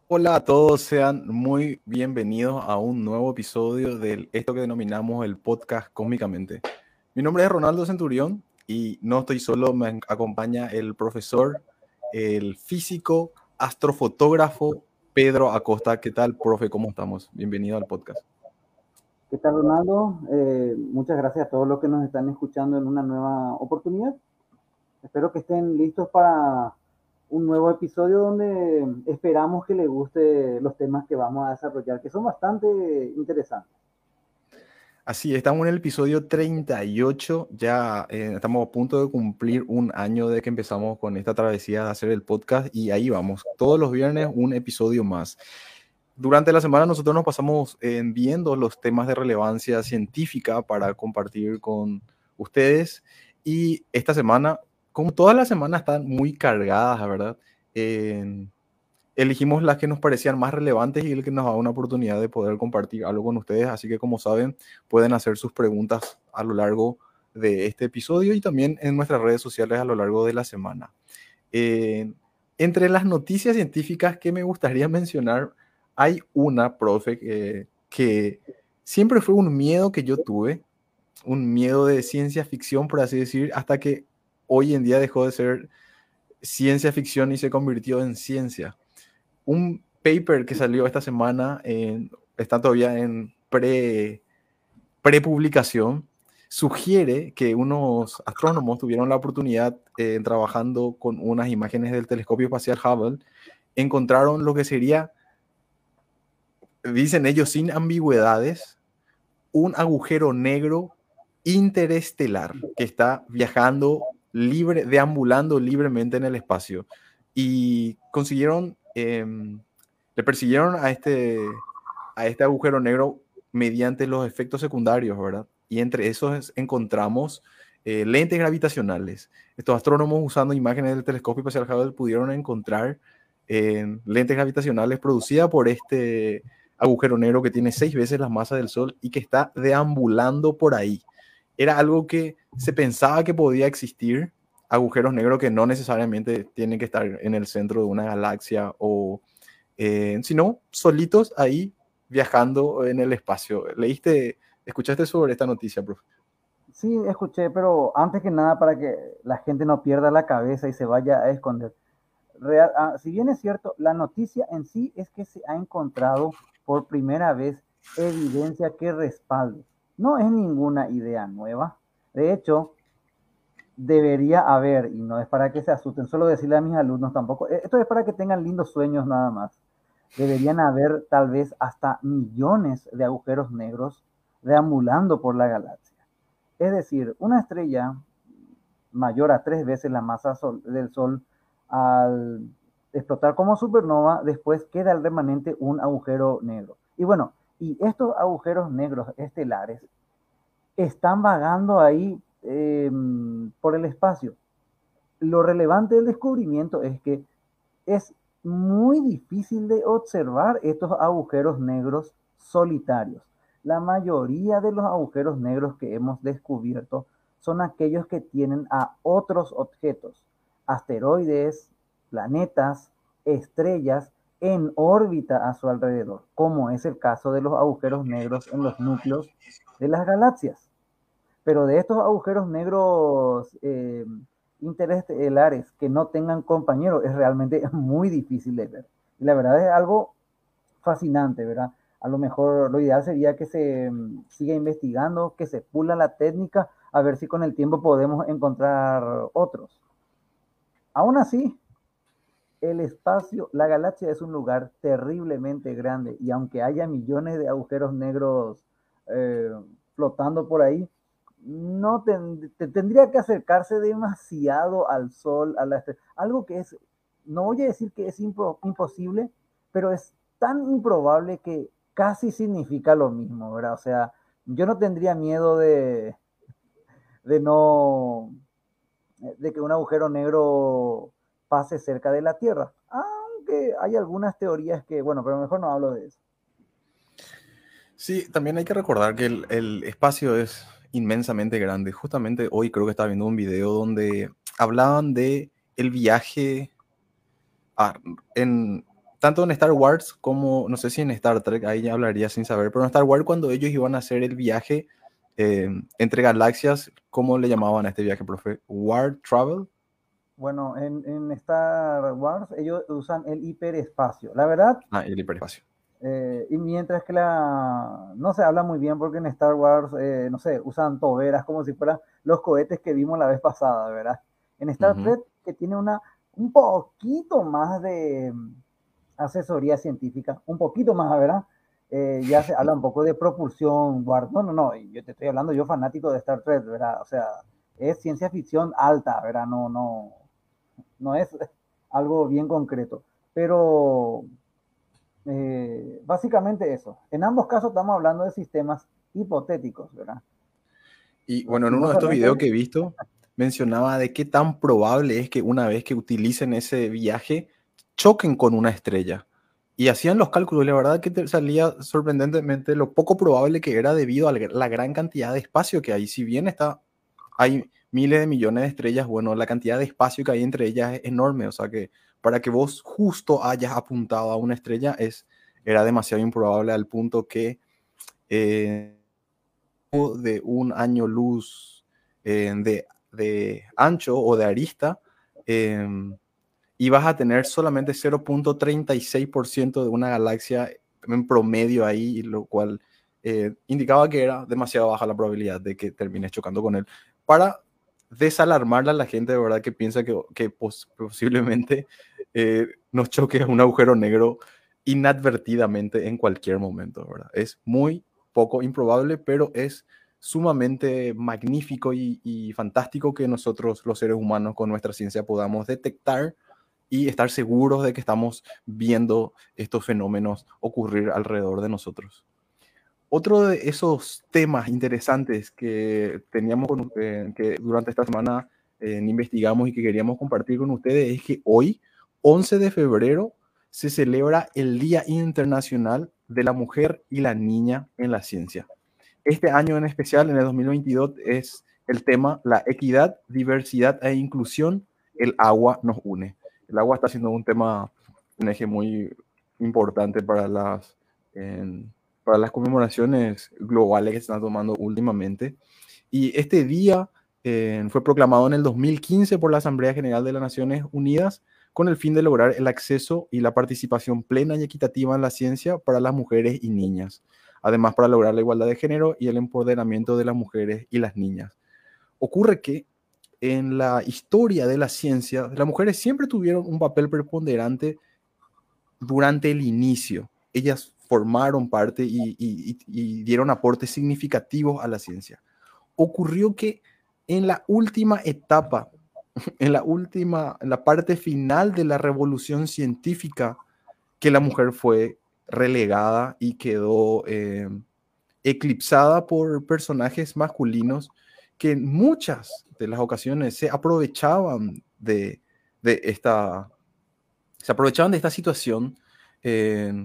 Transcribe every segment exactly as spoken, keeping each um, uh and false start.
Hola a todos, sean muy bienvenidos a un nuevo episodio de esto que denominamos el podcast Cósmicamente. Mi nombre es Ronaldo Centurión y no estoy solo, me acompaña el profesor, el físico, astrofotógrafo Pedro Acosta. ¿Qué tal, profe? ¿Cómo estamos? Bienvenido al podcast. ¿Qué tal, Ronaldo? Eh, muchas gracias a todos los que nos están escuchando en una nueva oportunidad. Espero que estén listos para un nuevo episodio donde esperamos que les guste los temas que vamos a desarrollar, que son bastante interesantes. Así, estamos en el episodio treinta y ocho, ya eh, estamos a punto de cumplir un año de que empezamos con esta travesía de hacer el podcast y ahí vamos, todos los viernes un episodio más. Durante la semana nosotros nos pasamos eh, viendo los temas de relevancia científica para compartir con ustedes y esta semana, como todas las semanas están muy cargadas, ¿verdad? Eh, elegimos las que nos parecían más relevantes y el que nos da una oportunidad de poder compartir algo con ustedes, así que como saben pueden hacer sus preguntas a lo largo de este episodio y también en nuestras redes sociales a lo largo de la semana. Eh, entre las noticias científicas que me gustaría mencionar, hay una, profe, que, que siempre fue un miedo que yo tuve, un miedo de ciencia ficción, por así decir, hasta que hoy en día dejó de ser ciencia ficción y se convirtió en ciencia. Un paper que salió esta semana, en, está todavía en pre, prepublicación, sugiere que unos astrónomos tuvieron la oportunidad, eh, trabajando con unas imágenes del telescopio espacial Hubble, encontraron lo que sería, dicen ellos sin ambigüedades, un agujero negro interestelar que está viajando libre, deambulando libremente en el espacio. Y consiguieron, eh, le persiguieron a este, a este agujero negro mediante los efectos secundarios, ¿verdad? Y entre esos encontramos eh, lentes gravitacionales. Estos astrónomos, usando imágenes del telescopio espacial Hubble, pudieron encontrar eh, lentes gravitacionales producidas por este agujero negro que tiene seis veces la masa del Sol y que está deambulando por ahí. Era algo que se pensaba que podía existir, agujeros negros que no necesariamente tienen que estar en el centro de una galaxia o eh, sino solitos ahí viajando en el espacio. ¿Leíste, escuchaste sobre esta noticia, profe? Sí, escuché, pero antes que nada, para que la gente no pierda la cabeza y se vaya a esconder. Real, ah, si bien es cierto, la noticia en sí es que se ha encontrado por primera vez evidencia que respalde. No es ninguna idea nueva. De hecho, debería haber, y no es para que se asusten, solo decirle a mis alumnos tampoco, eh, esto es para que tengan lindos sueños nada más. Deberían haber tal vez hasta millones de agujeros negros deambulando por la galaxia. Es decir, una estrella mayor a tres veces la masa sol, del Sol, al explotar como supernova, después queda el remanente un agujero negro. Y bueno, y estos agujeros negros estelares están vagando ahí eh, por el espacio. Lo relevante del descubrimiento es que es muy difícil de observar estos agujeros negros solitarios. La mayoría de los agujeros negros que hemos descubierto son aquellos que tienen a otros objetos, asteroides, planetas, estrellas en órbita a su alrededor, como es el caso de los agujeros negros en los núcleos de las galaxias. Pero de estos agujeros negros eh, interestelares que no tengan compañeros es realmente muy difícil de ver. Y la verdad es algo fascinante, ¿verdad? A lo mejor lo ideal sería que se mm, siga investigando, que se pula la técnica, a ver si con el tiempo podemos encontrar otros. Aún así, el espacio, la galaxia es un lugar terriblemente grande y aunque haya millones de agujeros negros eh, flotando por ahí, no ten, te, tendría que acercarse demasiado al Sol, a la algo que es, no voy a decir que es impo, imposible, pero es tan improbable que casi significa lo mismo, ¿verdad? O sea, yo no tendría miedo de, de no, de que un agujero negro pase cerca de la Tierra, aunque hay algunas teorías que, bueno, pero mejor no hablo de eso. Sí, también hay que recordar que el, el espacio es inmensamente grande. Justamente hoy creo que estaba viendo un video donde hablaban de el viaje a, en, tanto en Star Wars como, no sé si en Star Trek, ahí ya hablaría sin saber, pero en Star Wars cuando ellos iban a hacer el viaje eh, entre galaxias, ¿cómo le llamaban a este viaje, profe? ¿War Travel? Bueno, en, en Star Wars ellos usan el hiperespacio. La verdad, Ah, el hiperespacio. eh, y mientras que la... No se habla muy bien porque en Star Wars, eh, no sé, usan toberas como si fueran los cohetes que vimos la vez pasada, ¿verdad? En Star Ujú. Trek, que tiene una, un poquito más de mm, asesoría científica, un poquito más, ¿verdad? Eh, ya se habla un poco de propulsión, guard... No, no, no, yo te estoy hablando, yo fanático de Star Trek, ¿verdad? O sea, es ciencia ficción alta, ¿verdad? No, no, no es algo bien concreto. Pero eh, básicamente eso. En ambos casos estamos hablando de sistemas hipotéticos, ¿verdad? Y bueno, en uno de estos videos Lastimosamente, que he visto, mencionaba de qué tan probable es que una vez que utilicen ese viaje, choquen con una estrella. Y hacían los cálculos, y la verdad que te salía sorprendentemente lo poco probable que era debido a la la gran cantidad de espacio que hay. Si bien está, hay miles de millones de estrellas, bueno, la cantidad de espacio que hay entre ellas es enorme. O sea que para que vos justo hayas apuntado a una estrella es, era demasiado improbable al punto que... eh, de un año luz eh, de, de, ancho o de arista, eh, y vas a tener solamente cero punto treinta y seis por ciento de una galaxia en promedio ahí, lo cual eh, indicaba que era demasiado baja la probabilidad de que termines chocando con él. Para desalarmarle a la gente de verdad que piensa que, que pos posiblemente eh, nos choque un agujero negro inadvertidamente en cualquier momento, ¿verdad? Es muy poco improbable, pero es sumamente magnífico y, y fantástico que nosotros los seres humanos con nuestra ciencia podamos detectar y estar seguros de que estamos viendo estos fenómenos ocurrir alrededor de nosotros. Otro de esos temas interesantes que teníamos con, eh, que durante esta semana eh, investigamos y que queríamos compartir con ustedes es que hoy, once de febrero, se celebra el Día Internacional de la Mujer y la Niña en la Ciencia. Este año en especial, en el dos mil veintidós, es el tema la equidad, diversidad e inclusión. El agua nos une. El agua está siendo un tema, un eje muy importante para las, eh, para las conmemoraciones globales que se están tomando últimamente. Y este día eh, fue proclamado en el dos mil quince por la Asamblea General de las Naciones Unidas con el fin de lograr el acceso y la participación plena y equitativa en la ciencia para las mujeres y niñas. Además, para lograr la igualdad de género y el empoderamiento de las mujeres y las niñas. Ocurre que en la historia de la ciencia, las mujeres siempre tuvieron un papel preponderante durante el inicio. Ellas formaron parte y, y, y dieron aportes significativos a la ciencia. Ocurrió que en la última etapa, en la última, en la parte final de la revolución científica, que la mujer fue relegada y quedó eh, eclipsada por personajes masculinos que en muchas de las ocasiones se aprovechaban de, de esta, se aprovechaban de esta situación eh,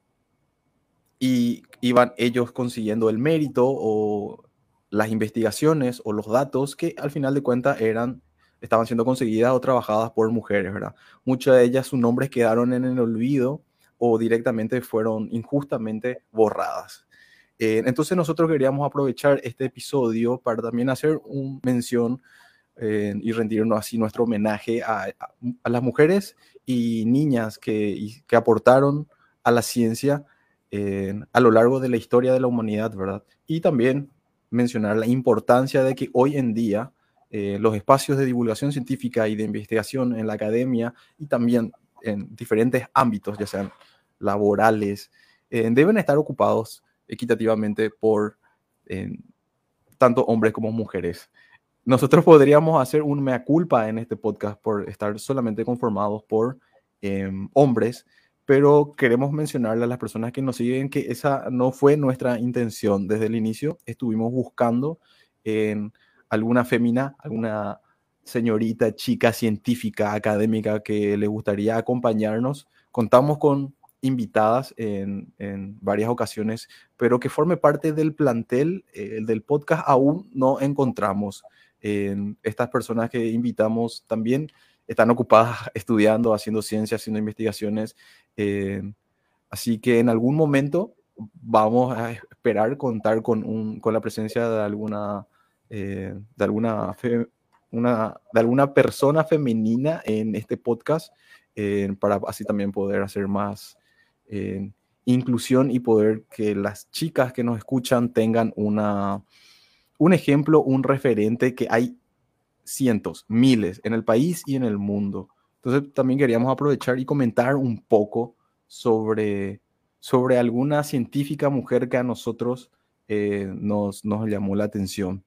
y iban ellos consiguiendo el mérito o las investigaciones o los datos que al final de cuentas eran, estaban siendo conseguidas o trabajadas por mujeres, ¿verdad? Muchas de ellas sus nombres quedaron en el olvido o directamente fueron injustamente borradas. Eh, entonces nosotros queríamos aprovechar este episodio para también hacer una mención eh, y rendirnos así nuestro homenaje a, a, a las mujeres y niñas que, y, que aportaron a la ciencia eh, a lo largo de la historia de la humanidad, ¿verdad? Y también mencionar la importancia de que hoy en día eh, los espacios de divulgación científica y de investigación en la academia y también en diferentes ámbitos, ya sean laborales, eh, deben estar ocupados equitativamente por eh, tanto hombres como mujeres. Nosotros podríamos hacer un mea culpa en este podcast por estar solamente conformados por eh, hombres, pero queremos mencionarle a las personas que nos siguen que esa no fue nuestra intención. Desde el inicio estuvimos buscando en alguna fémina, alguna señorita, chica científica, académica que le gustaría acompañarnos. Contamos con invitadas en, en varias ocasiones, pero que forme parte del plantel eh, del podcast aún no encontramos. Eh, estas personas que invitamos también están ocupadas estudiando, haciendo ciencia, haciendo investigaciones. Eh, así que en algún momento vamos a esperar contar con, un, con la presencia de alguna, eh, de, alguna fe, una, de alguna persona femenina en este podcast, eh, para así también poder hacer más eh, inclusión y poder que las chicas que nos escuchan tengan una, un ejemplo, un referente, que hay cientos, miles en el país y en el mundo. Entonces también queríamos aprovechar y comentar un poco sobre, sobre alguna científica mujer que a nosotros eh, nos, nos llamó la atención,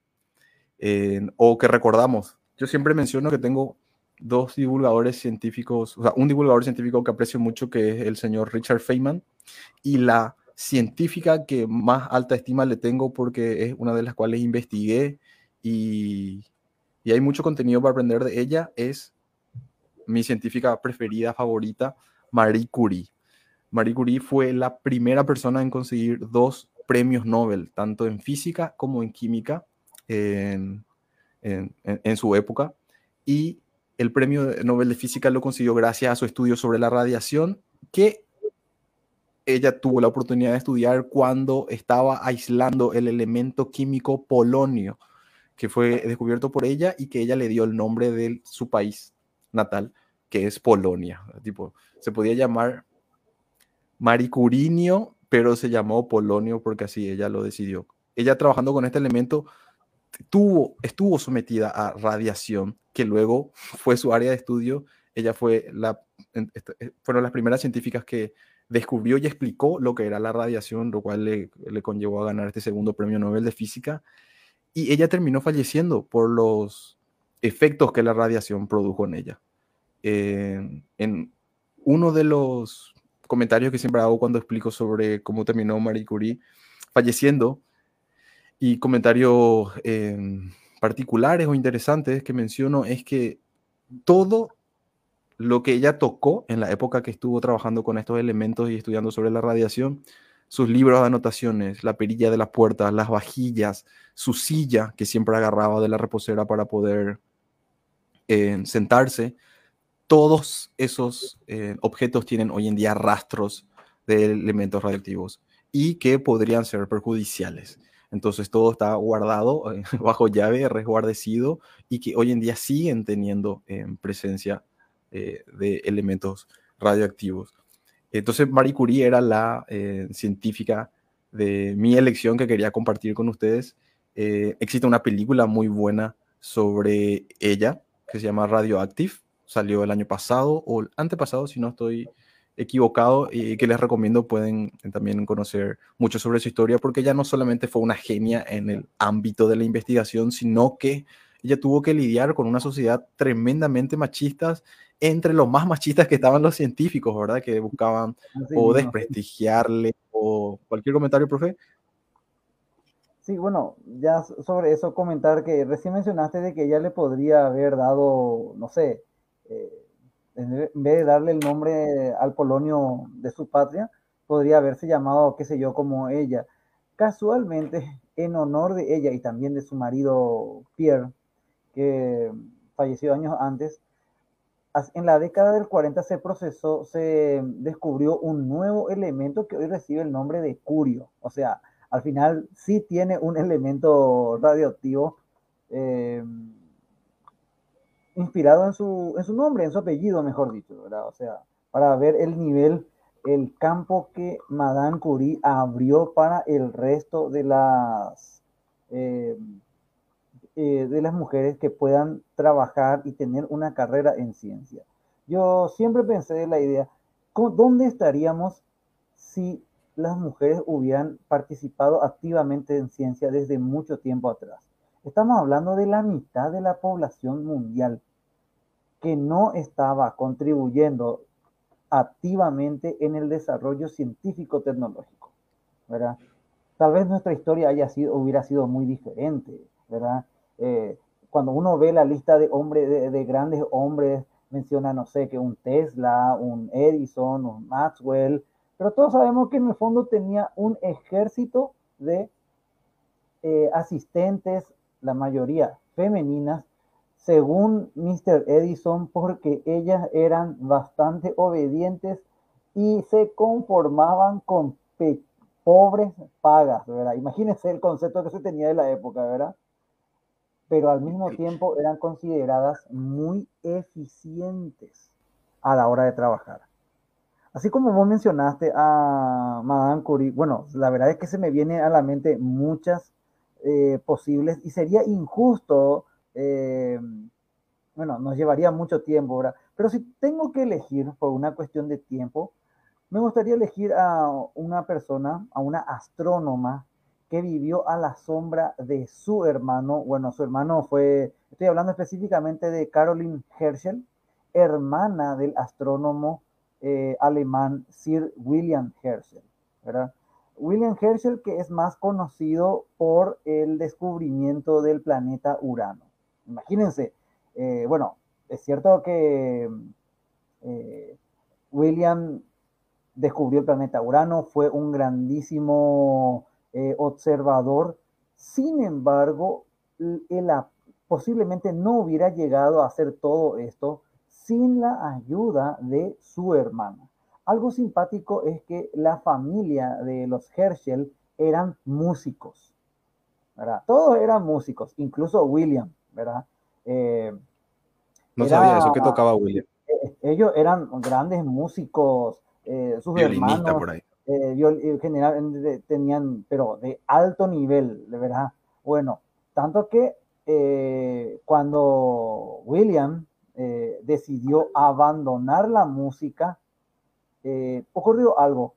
eh, o que recordamos. Yo siempre menciono que tengo dos divulgadores científicos, o sea, un divulgador científico que aprecio mucho, que es el señor Richard Feynman, y la científica que más alta estima le tengo porque es una de las cuales investigué y, y hay mucho contenido para aprender de ella, es mi científica preferida, favorita, Marie Curie. Marie Curie fue la primera persona en conseguir dos premios Nobel, tanto en física como en química, en, en, en, en su época. Y el premio Nobel de física lo consiguió gracias a su estudio sobre la radiación, que ella tuvo la oportunidad de estudiar cuando estaba aislando el elemento químico polonio, que fue descubierto por ella y que ella le dio el nombre de su país natal, que es Polonia. Tipo, se podía llamar Marie Curinio, pero se llamó Polonio porque así ella lo decidió. Ella, trabajando con este elemento, tuvo, estuvo sometida a radiación, que luego fue su área de estudio. Ella fue la, fueron las primeras científicas que descubrió y explicó lo que era la radiación, lo cual le, le conllevó a ganar este segundo premio Nobel de Física. Y ella terminó falleciendo por los efectos que la radiación produjo en ella. Eh, en uno de los comentarios que siempre hago cuando explico sobre cómo terminó Marie Curie falleciendo, y comentarios eh, particulares o interesantes que menciono, es que todo lo que ella tocó en la época que estuvo trabajando con estos elementos y estudiando sobre la radiación, sus libros de anotaciones, la perilla de las puertas, las vajillas, su silla que siempre agarraba de la reposera para poder eh, sentarse, todos esos eh, objetos tienen hoy en día rastros de elementos radioactivos y que podrían ser perjudiciales. Entonces todo está guardado eh, bajo llave, resguardecido, y que hoy en día siguen teniendo eh, presencia eh, de elementos radioactivos. Entonces Marie Curie era la eh, científica de mi elección que quería compartir con ustedes. Eh, existe una película muy buena sobre ella que se llama Radioactive. Salió el año pasado o el antepasado, si no estoy equivocado, y que les recomiendo. Pueden también conocer mucho sobre su historia, porque ella no solamente fue una genia en el ámbito de la investigación, sino que ella tuvo que lidiar con una sociedad tremendamente machista, entre los más machistas que estaban los científicos, ¿verdad? Que buscaban Así o mismo. desprestigiarle o cualquier comentario, profe. Sí, bueno, ya sobre eso comentar que recién mencionaste de que ella le podría haber dado, no sé, eh, en vez de darle el nombre al Polonio de su patria, podría haberse llamado, qué sé yo, como ella. Casualmente, en honor de ella y también de su marido Pierre, que falleció años antes, en la década del cuarenta se procesó, se descubrió un nuevo elemento que hoy recibe el nombre de curio. O sea, al final sí tiene un elemento radioactivo eh, inspirado en su, en su nombre, en su apellido, mejor dicho, ¿verdad? O sea, para ver el nivel, el campo que Madame Curie abrió para el resto de las, eh, eh, de las mujeres que puedan trabajar y tener una carrera en ciencia. Yo siempre pensé en la idea, ¿dónde estaríamos si las mujeres hubieran participado activamente en ciencia desde mucho tiempo atrás? Estamos hablando de la mitad de la población mundial que no estaba contribuyendo activamente en el desarrollo científico-tecnológico, ¿verdad? Tal vez nuestra historia haya sido, hubiera sido muy diferente, ¿verdad? Eh, cuando uno ve la lista de hombres, de, de grandes hombres, menciona, no sé, que un Tesla, un Edison, un Maxwell, pero todos sabemos que en el fondo tenía un ejército de eh, asistentes, la mayoría femeninas, según míster Edison, porque ellas eran bastante obedientes y se conformaban con pe- pobres pagas, ¿verdad? Imagínense el concepto que se tenía de la época, ¿verdad? Pero al mismo tiempo eran consideradas muy eficientes a la hora de trabajar. Así como vos mencionaste a Madame Curie, bueno, la verdad es que se me viene a la mente muchas eh, posibles y sería injusto, eh, bueno, nos llevaría mucho tiempo, ¿verdad? Pero si tengo que elegir por una cuestión de tiempo, me gustaría elegir a una persona, a una astrónoma que vivió a la sombra de su hermano. Bueno, su hermano fue, estoy hablando específicamente de Caroline Herschel, hermana del astrónomo eh, alemán Sir William Herschel, ¿verdad? William Herschel, que es más conocido por el descubrimiento del planeta Urano. Imagínense, eh, bueno, es cierto que eh, William descubrió el planeta Urano, fue un grandísimo eh, observador. Sin embargo, él posiblemente no hubiera llegado a hacer todo esto sin la ayuda de su hermana. Algo simpático es que la familia de los Herschel eran músicos, ¿verdad? Todos eran músicos, incluso William, ¿verdad? Eh, No sabía era, eso, que tocaba William. eh, ellos eran grandes músicos, eh, sus Violinista hermanos por ahí. eh, viol- en general de- tenían, pero de alto nivel, de verdad. Bueno, tanto que eh, cuando William eh, decidió abandonar la música, eh, ocurrió algo.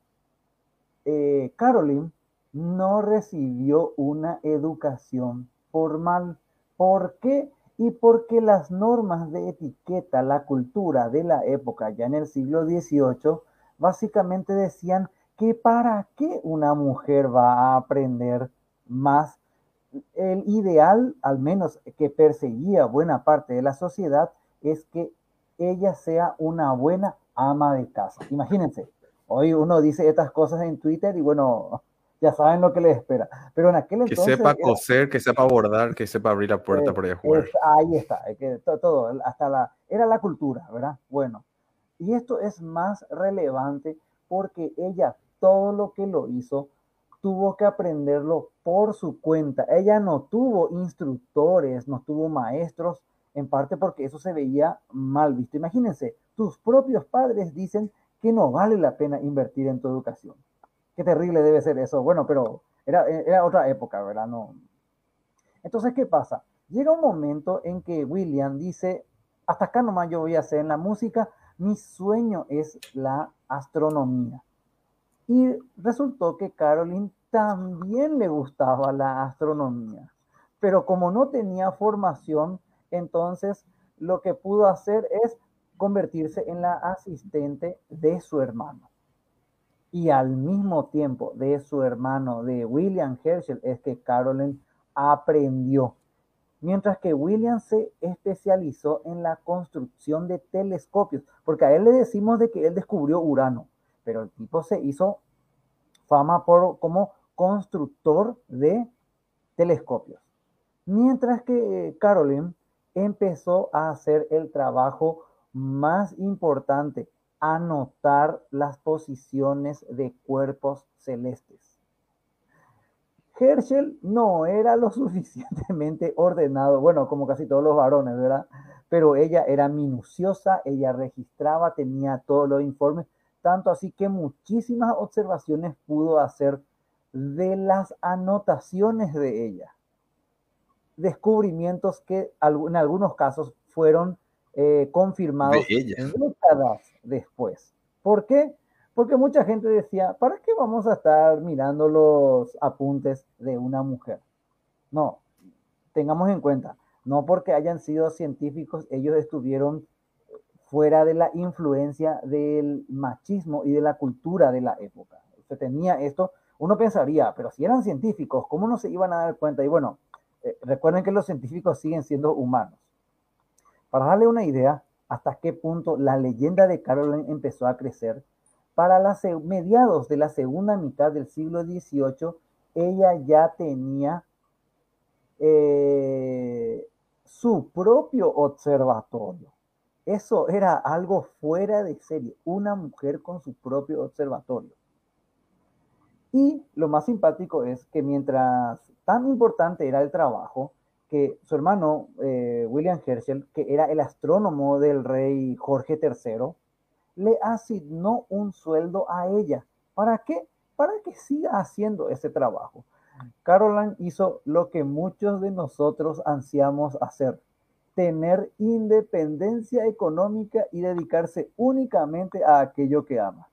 Eh, Caroline no recibió una educación formal. ¿Por qué? Y porque las normas de etiqueta, la cultura de la época, ya en el siglo dieciocho, básicamente decían que para qué una mujer va a aprender más. El ideal, al menos que perseguía buena parte de la sociedad, es que ella sea una buena ama de casa. Imagínense, hoy uno dice estas cosas en Twitter y bueno, ya saben lo que les espera. Pero en aquel Que entonces sepa era, coser, que sepa bordar, que sepa abrir la puerta eh, para ir a jugar. es, ahí está, es que to- todo, hasta la, era la cultura, ¿verdad? Bueno, y esto es más relevante porque ella todo lo que lo hizo tuvo que aprenderlo por su cuenta. Ella no tuvo instructores, no tuvo maestros, en parte porque eso se veía mal visto. Imagínense, tus propios padres dicen que no vale la pena invertir en tu educación. Qué terrible debe ser eso. Bueno, pero era, era otra época, ¿verdad? No. Entonces, ¿qué pasa? Llega un momento en que William dice, hasta acá nomás yo voy a hacer en la música, mi sueño es la astronomía. Y resultó que Caroline también le gustaba la astronomía, pero como no tenía formación, entonces lo que pudo hacer es convertirse en la asistente de su hermano. Y al mismo tiempo de su hermano, de William Herschel, es que Caroline aprendió. Mientras que William se especializó en la construcción de telescopios, porque a él le decimos de que él descubrió Urano, pero el tipo se hizo fama por, como constructor de telescopios. Mientras que Caroline empezó a hacer el trabajo más importante, anotar las posiciones de cuerpos celestes. Herschel no era lo suficientemente ordenado, bueno, como casi todos los varones, ¿verdad? Pero ella era minuciosa, ella registraba, tenía todos los informes, tanto así que muchísimas observaciones pudo hacer de las anotaciones de ella. Descubrimientos que en algunos casos fueron eh, De confirmados ella. décadas después. ¿Por qué? Porque mucha gente decía, ¿para qué vamos a estar mirando los apuntes de una mujer? No, tengamos en cuenta, no porque hayan sido científicos, ellos estuvieron fuera de la influencia del machismo y de la cultura de la época. Se tenía esto, uno pensaría, pero si eran científicos, ¿cómo no se iban a dar cuenta? Y bueno, eh, recuerden que los científicos siguen siendo humanos. Para darle una idea hasta qué punto la leyenda de Caroline empezó a crecer, para las mediados de la segunda mitad del siglo dieciocho, ella ya tenía eh, su propio observatorio. Eso era algo fuera de serie, una mujer con su propio observatorio. Y lo más simpático es que mientras tan importante era el trabajo, que su hermano eh, William Herschel, que era el astrónomo del rey Jorge tercero, le asignó un sueldo a ella. ¿Para qué? Para que siga haciendo ese trabajo. Caroline hizo lo que muchos de nosotros ansiamos hacer: tener independencia económica y dedicarse únicamente a aquello que ama.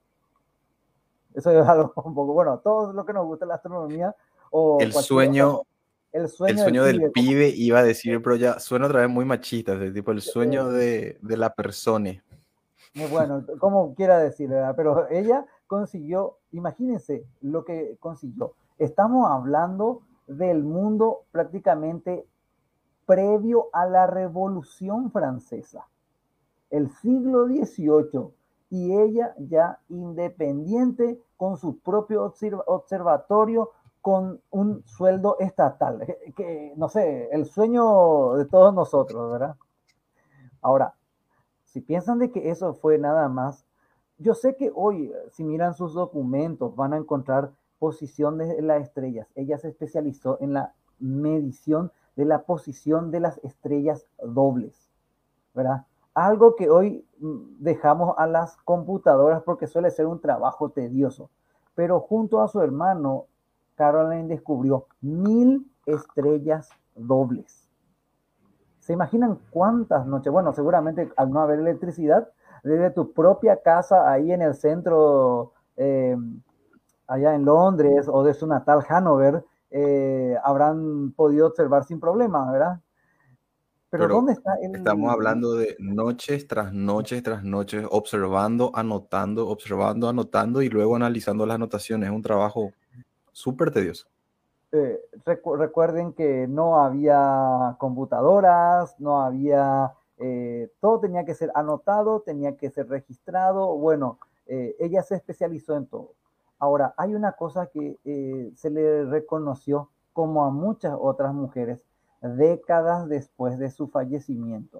Eso es algo un poco, bueno, todo lo que nos gusta la astronomía o El cualquier otra, sueño, el el sueño del sueño del pibe, como, pibe iba a decir, pero ya suena otra vez muy machista, ese tipo el sueño eh, de, de la persona. eh, bueno, como quiera decir, ¿verdad? Pero ella consiguió, imagínense lo que consiguió. Estamos hablando del mundo prácticamente previo a la Revolución Francesa, el siglo dieciocho, y ella ya independiente con su propio observatorio, con un sueldo estatal, que, que, no sé, el sueño de todos nosotros, ¿verdad? Ahora, si piensan de que eso fue nada más, yo sé que hoy, si miran sus documentos, van a encontrar posición de las estrellas. Ella se especializó en la medición de la posición de las estrellas dobles, ¿verdad? Algo que hoy dejamos a las computadoras porque suele ser un trabajo tedioso. Pero junto a su hermano, Caroline descubrió mil estrellas dobles. ¿Se imaginan cuántas noches? Bueno, seguramente al no haber electricidad, desde tu propia casa ahí en el centro, eh, allá en Londres, o de su natal Hanover, eh, habrán podido observar sin problema, ¿verdad? Pero Pero ¿dónde está estamos el...? hablando de noches tras noches tras noches, observando, anotando, observando, anotando y luego analizando las anotaciones. Es un trabajo súper tedioso. Eh, recu recuerden que no había computadoras, no había, eh, todo tenía que ser anotado, tenía que ser registrado. Bueno, eh, ella se especializó en todo. Ahora, hay una cosa que eh, se le reconoció, como a muchas otras mujeres, décadas después de su fallecimiento.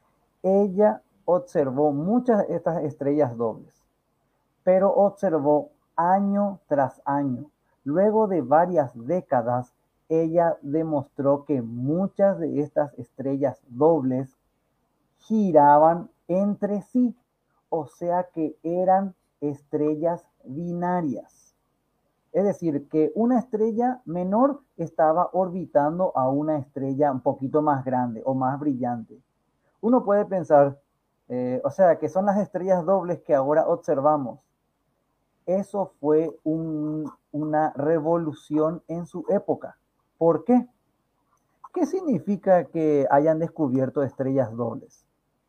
Ella observó muchas de estas estrellas dobles, pero observó año tras año. Luego de varias décadas, ella demostró que muchas de estas estrellas dobles giraban entre sí, o sea que eran estrellas binarias. Es decir, que una estrella menor estaba orbitando a una estrella un poquito más grande o más brillante. Uno puede pensar, eh, o sea, que son las estrellas dobles que ahora observamos. Eso fue un, una revolución en su época. ¿Por qué? ¿Qué significa que hayan descubierto estrellas dobles?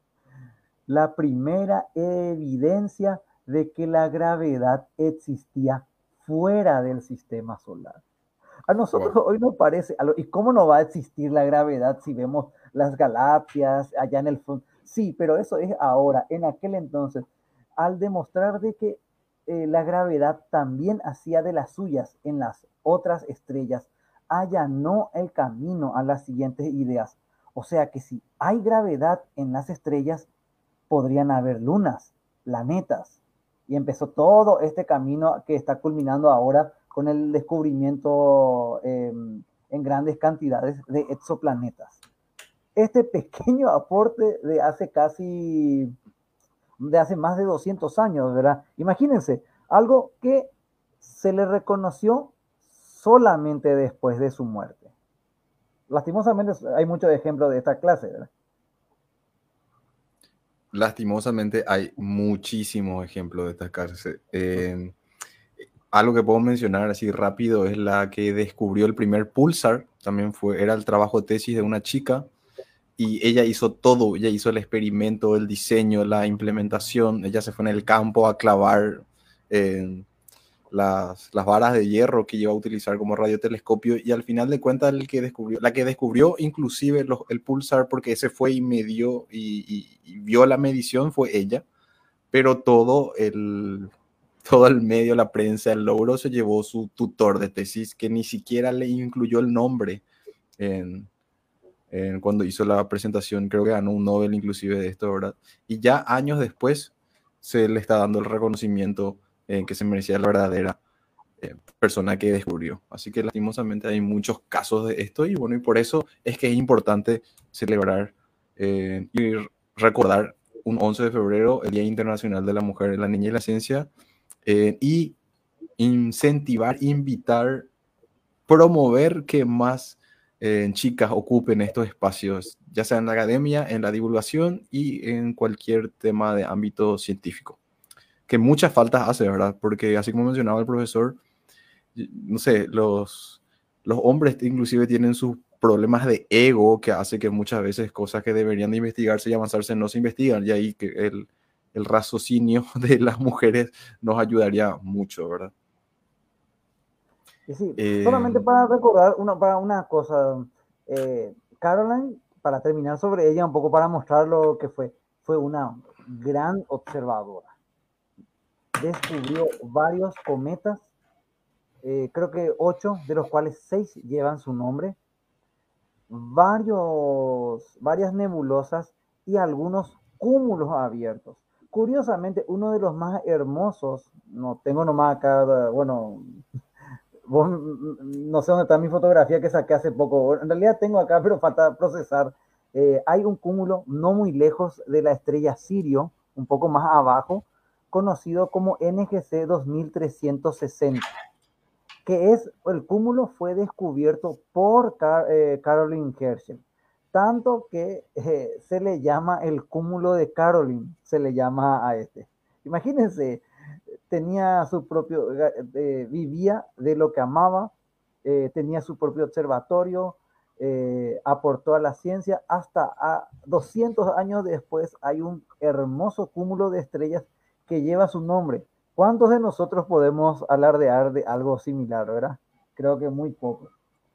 La primera evidencia de que la gravedad existía fuera del sistema solar. A nosotros Wow. hoy nos parece, ¿y cómo no va a existir la gravedad si vemos las galaxias allá en el fondo? Sí, pero eso es ahora. En aquel entonces, al demostrar de que eh, la gravedad también hacía de las suyas en las otras estrellas, allanó el camino a las siguientes ideas. O sea que si hay gravedad en las estrellas, podrían haber lunas, planetas. Y empezó todo este camino que está culminando ahora con el descubrimiento eh, en grandes cantidades de exoplanetas. Este pequeño aporte de hace casi, de hace más de doscientos años, ¿verdad? Imagínense, algo que se le reconoció solamente después de su muerte. Lastimosamente hay muchos ejemplos de esta clase, ¿verdad? Lastimosamente hay muchísimos ejemplos de estas cárceles. Eh, algo que puedo mencionar así rápido es la que descubrió el primer pulsar. También fue, era el trabajo de tesis de una chica y ella hizo todo. Ella hizo el experimento, el diseño, la implementación. Ella se fue en el campo a clavar eh, las, las varas de hierro que iba a utilizar como radiotelescopio y al final de cuentas el que descubrió, la que descubrió inclusive los, el pulsar, porque ese fue y midió y, y, y vio la medición, fue ella, pero todo el, todo el medio, la prensa, el logro se llevó su tutor de tesis que ni siquiera le incluyó el nombre en, eh, cuando hizo la presentación, creo que ganó un Nobel inclusive de esto, ¿verdad? Y ya años después se le está dando el reconocimiento eh, que se merecía la verdadera eh, persona que descubrió. Así que lastimosamente hay muchos casos de esto y bueno, y por eso es que es importante celebrar eh, y recordar un once de febrero, el Día Internacional de la Mujer, la Niña y la Ciencia, eh, y incentivar, invitar, promover que más eh, chicas ocupen estos espacios, ya sea en la academia, en la divulgación y en cualquier tema de ámbito científico. Que muchas faltas hace, ¿verdad? Porque así como mencionaba el profesor, no sé, los, los hombres inclusive tienen sus problemas de ego que hace que muchas veces cosas que deberían de investigarse y avanzarse no se investigan, y ahí que el, el raciocinio de las mujeres nos ayudaría mucho, ¿verdad? Y sí, solamente Eh, para recordar una, para una cosa, eh, Caroline, para terminar sobre ella, un poco para mostrar lo que fue, fue una gran observadora. Descubrió varios cometas, eh, creo que ocho, de los cuales seis llevan su nombre, varios, varias nebulosas y algunos cúmulos abiertos. Curiosamente, uno de los más hermosos, no tengo nomás acá, bueno, vos, no sé dónde está mi fotografía que saqué hace poco. En realidad tengo acá, pero falta procesar. Eh, hay un cúmulo no muy lejos de la estrella Sirio, un poco más abajo, conocido como N G C dos mil trescientos sesenta, que es, el cúmulo fue descubierto por Car eh, Caroline Herschel, tanto que eh, se le llama el cúmulo de Caroline, se le llama a este. Imagínense, tenía su propio, eh, vivía de lo que amaba, eh, tenía su propio observatorio, eh, aportó a la ciencia, hasta a doscientos años después hay un hermoso cúmulo de estrellas que lleva su nombre. ¿Cuántos de nosotros podemos alardear de algo similar, verdad? Creo que muy pocos.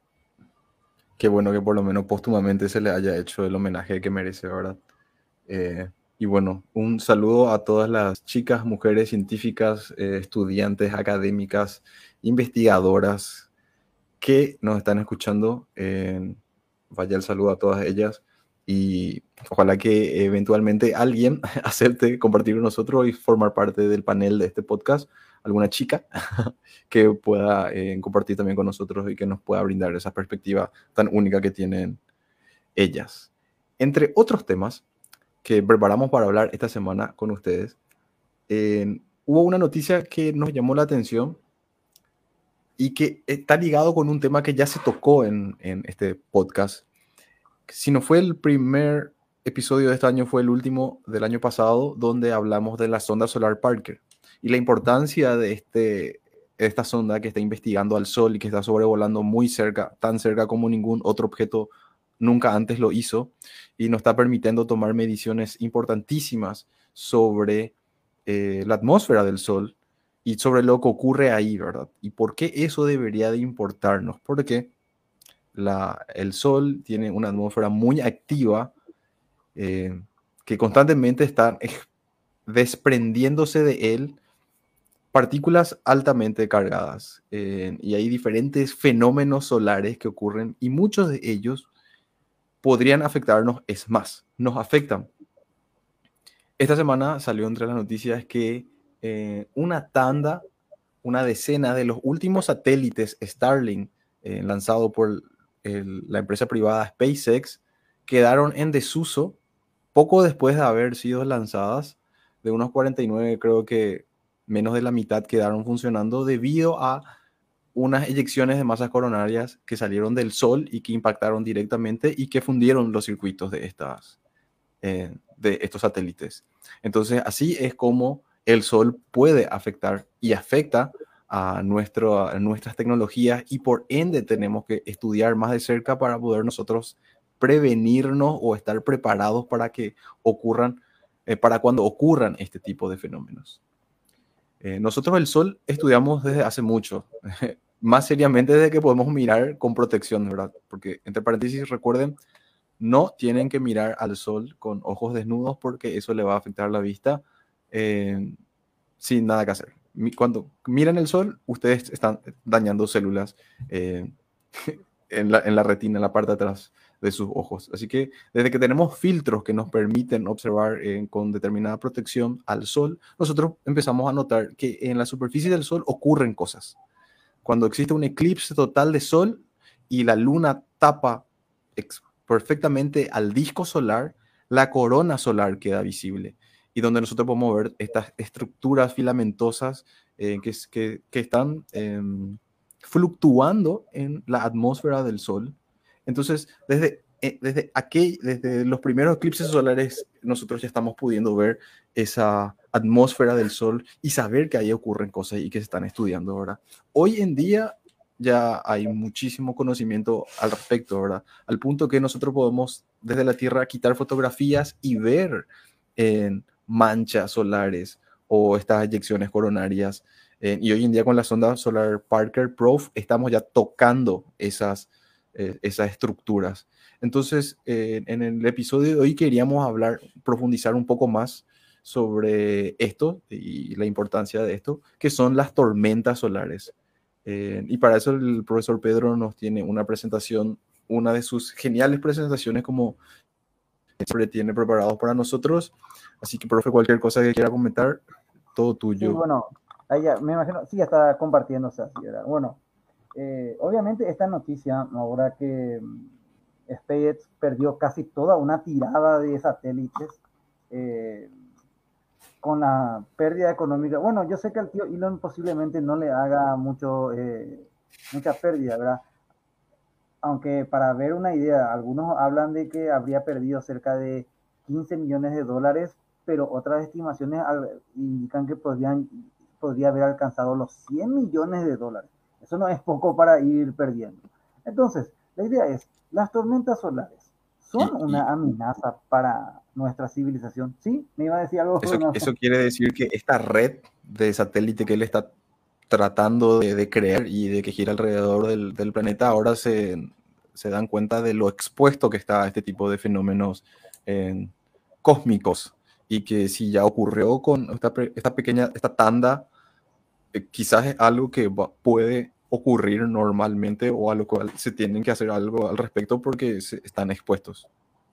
Qué bueno que por lo menos póstumamente se le haya hecho el homenaje que merece, ¿verdad? Eh, y bueno, un saludo a todas las chicas, mujeres científicas, eh, estudiantes, académicas, investigadoras que nos están escuchando. Eh, vaya el saludo a todas ellas y ojalá que eventualmente alguien acepte compartir con nosotros y formar parte del panel de este podcast, alguna chica que pueda eh, compartir también con nosotros y que nos pueda brindar esa perspectiva tan única que tienen ellas. Entre otros temas que preparamos para hablar esta semana con ustedes, eh, hubo una noticia que nos llamó la atención y que está ligado con un tema que ya se tocó en, en este podcast. Si no fue el primer episodio de este año, fue el último del año pasado, donde hablamos de la sonda solar Parker y la importancia de este, esta sonda que está investigando al Sol y que está sobrevolando muy cerca, tan cerca como ningún otro objeto nunca antes lo hizo, y nos está permitiendo tomar mediciones importantísimas sobre eh, la atmósfera del Sol y sobre lo que ocurre ahí, ¿verdad? Y por qué eso debería de importarnos, porque la, el Sol tiene una atmósfera muy activa eh, que constantemente están desprendiéndose de él partículas altamente cargadas, eh, y hay diferentes fenómenos solares que ocurren y muchos de ellos podrían afectarnos, es más, nos afectan. Esta semana salió entre las noticias que eh, una tanda, una decena de los últimos satélites Starlink eh, lanzado por el, la empresa privada SpaceX quedaron en desuso poco después de haber sido lanzadas. De unos cuarenta y nueve, creo que menos de la mitad quedaron funcionando debido a unas eyecciones de masas coronarias que salieron del Sol y que impactaron directamente y que fundieron los circuitos de, estas, eh, de estos satélites. Entonces, así es como el Sol puede afectar y afecta a, nuestro, a nuestras tecnologías, y por ende tenemos que estudiar más de cerca para poder nosotros prevenirnos o estar preparados para que ocurran, eh, para cuando ocurran este tipo de fenómenos. Eh, nosotros el Sol estudiamos desde hace mucho, más seriamente desde que podemos mirar con protección, ¿verdad? Porque, entre paréntesis, recuerden, no tienen que mirar al Sol con ojos desnudos porque eso le va a afectar la vista eh, sin nada que hacer. Cuando miran el Sol, ustedes están dañando células eh, en, la, en la retina, en la parte de atrás de sus ojos. Así que desde que tenemos filtros que nos permiten observar eh, con determinada protección al sol, nosotros empezamos a notar que en la superficie del sol ocurren cosas. Cuando existe un eclipse total de sol y la luna tapa perfectamente al disco solar, la corona solar queda visible y donde nosotros podemos ver estas estructuras filamentosas eh, que, que, que, están eh, fluctuando en la atmósfera del Sol. Entonces, desde, eh, desde, aquel, desde los primeros eclipses solares, nosotros ya estamos pudiendo ver esa atmósfera del Sol y saber que ahí ocurren cosas y que se están estudiando ahora. Hoy en día ya hay muchísimo conocimiento al respecto, ¿verdad? Al punto que nosotros podemos desde la Tierra quitar fotografías y ver en manchas solares o estas eyecciones coronarias. Eh, y hoy en día con la sonda solar Parker Probe estamos ya tocando esas, eh, esas estructuras. Entonces, eh, en el episodio de hoy queríamos hablar, profundizar un poco más sobre esto y la importancia de esto, que son las tormentas solares. Eh, y para eso el profesor Pedro nos tiene una presentación, una de sus geniales presentaciones como siempre tiene preparados para nosotros. Así que, profe, cualquier cosa que quiera comentar, todo tuyo. Sí, bueno, ahí ya, me imagino, sí, ya está compartiéndose así, ¿verdad? Bueno, eh, obviamente esta noticia, ahora que SpaceX perdió casi toda una tirada de satélites, eh, con la pérdida económica. Bueno, yo sé que al tío Elon posiblemente no le haga mucho, eh, mucha pérdida, ¿verdad? Aunque para ver una idea, algunos hablan de que habría perdido cerca de quince millones de dólares, pero otras estimaciones indican que podrían, podría haber alcanzado los cien millones de dólares. Eso no es poco para ir perdiendo. Entonces, la idea es, las tormentas solares son y, una y amenaza para nuestra civilización. ¿Sí? ¿Me iba a decir algo? eso, No. eso quiere decir que esta red de satélite que él está tratando de, de crear y de que gira alrededor del, del planeta, ahora se, se, dan cuenta de lo expuesto que está a este tipo de fenómenos eh, cósmicos y que si ya ocurrió con esta, esta pequeña, esta tanda, eh, quizás es algo que va, puede ocurrir normalmente o a lo cual se tienen que hacer algo al respecto porque se, están expuestos.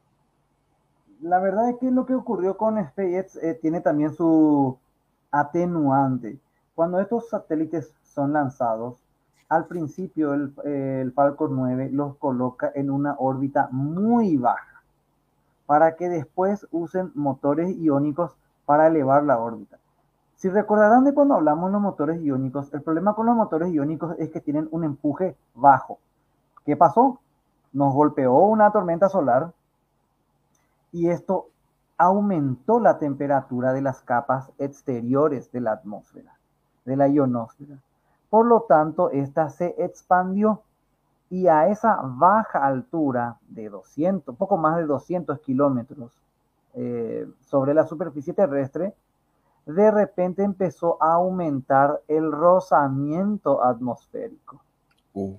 La verdad es que lo que ocurrió con SpaceX eh, tiene también su atenuante. Cuando estos satélites son lanzados, al principio el, eh, el Falcon nueve los coloca en una órbita muy baja para que después usen motores iónicos para elevar la órbita. Si recordarán de cuando hablamos de los motores iónicos, el problema con los motores iónicos es que tienen un empuje bajo. ¿Qué pasó? Nos golpeó una tormenta solar y esto aumentó la temperatura de las capas exteriores de la atmósfera, de la ionosfera. Por lo tanto, esta se expandió y a esa baja altura de doscientos, poco más de doscientos kilómetros eh, sobre la superficie terrestre, de repente empezó a aumentar el rozamiento atmosférico. Uh.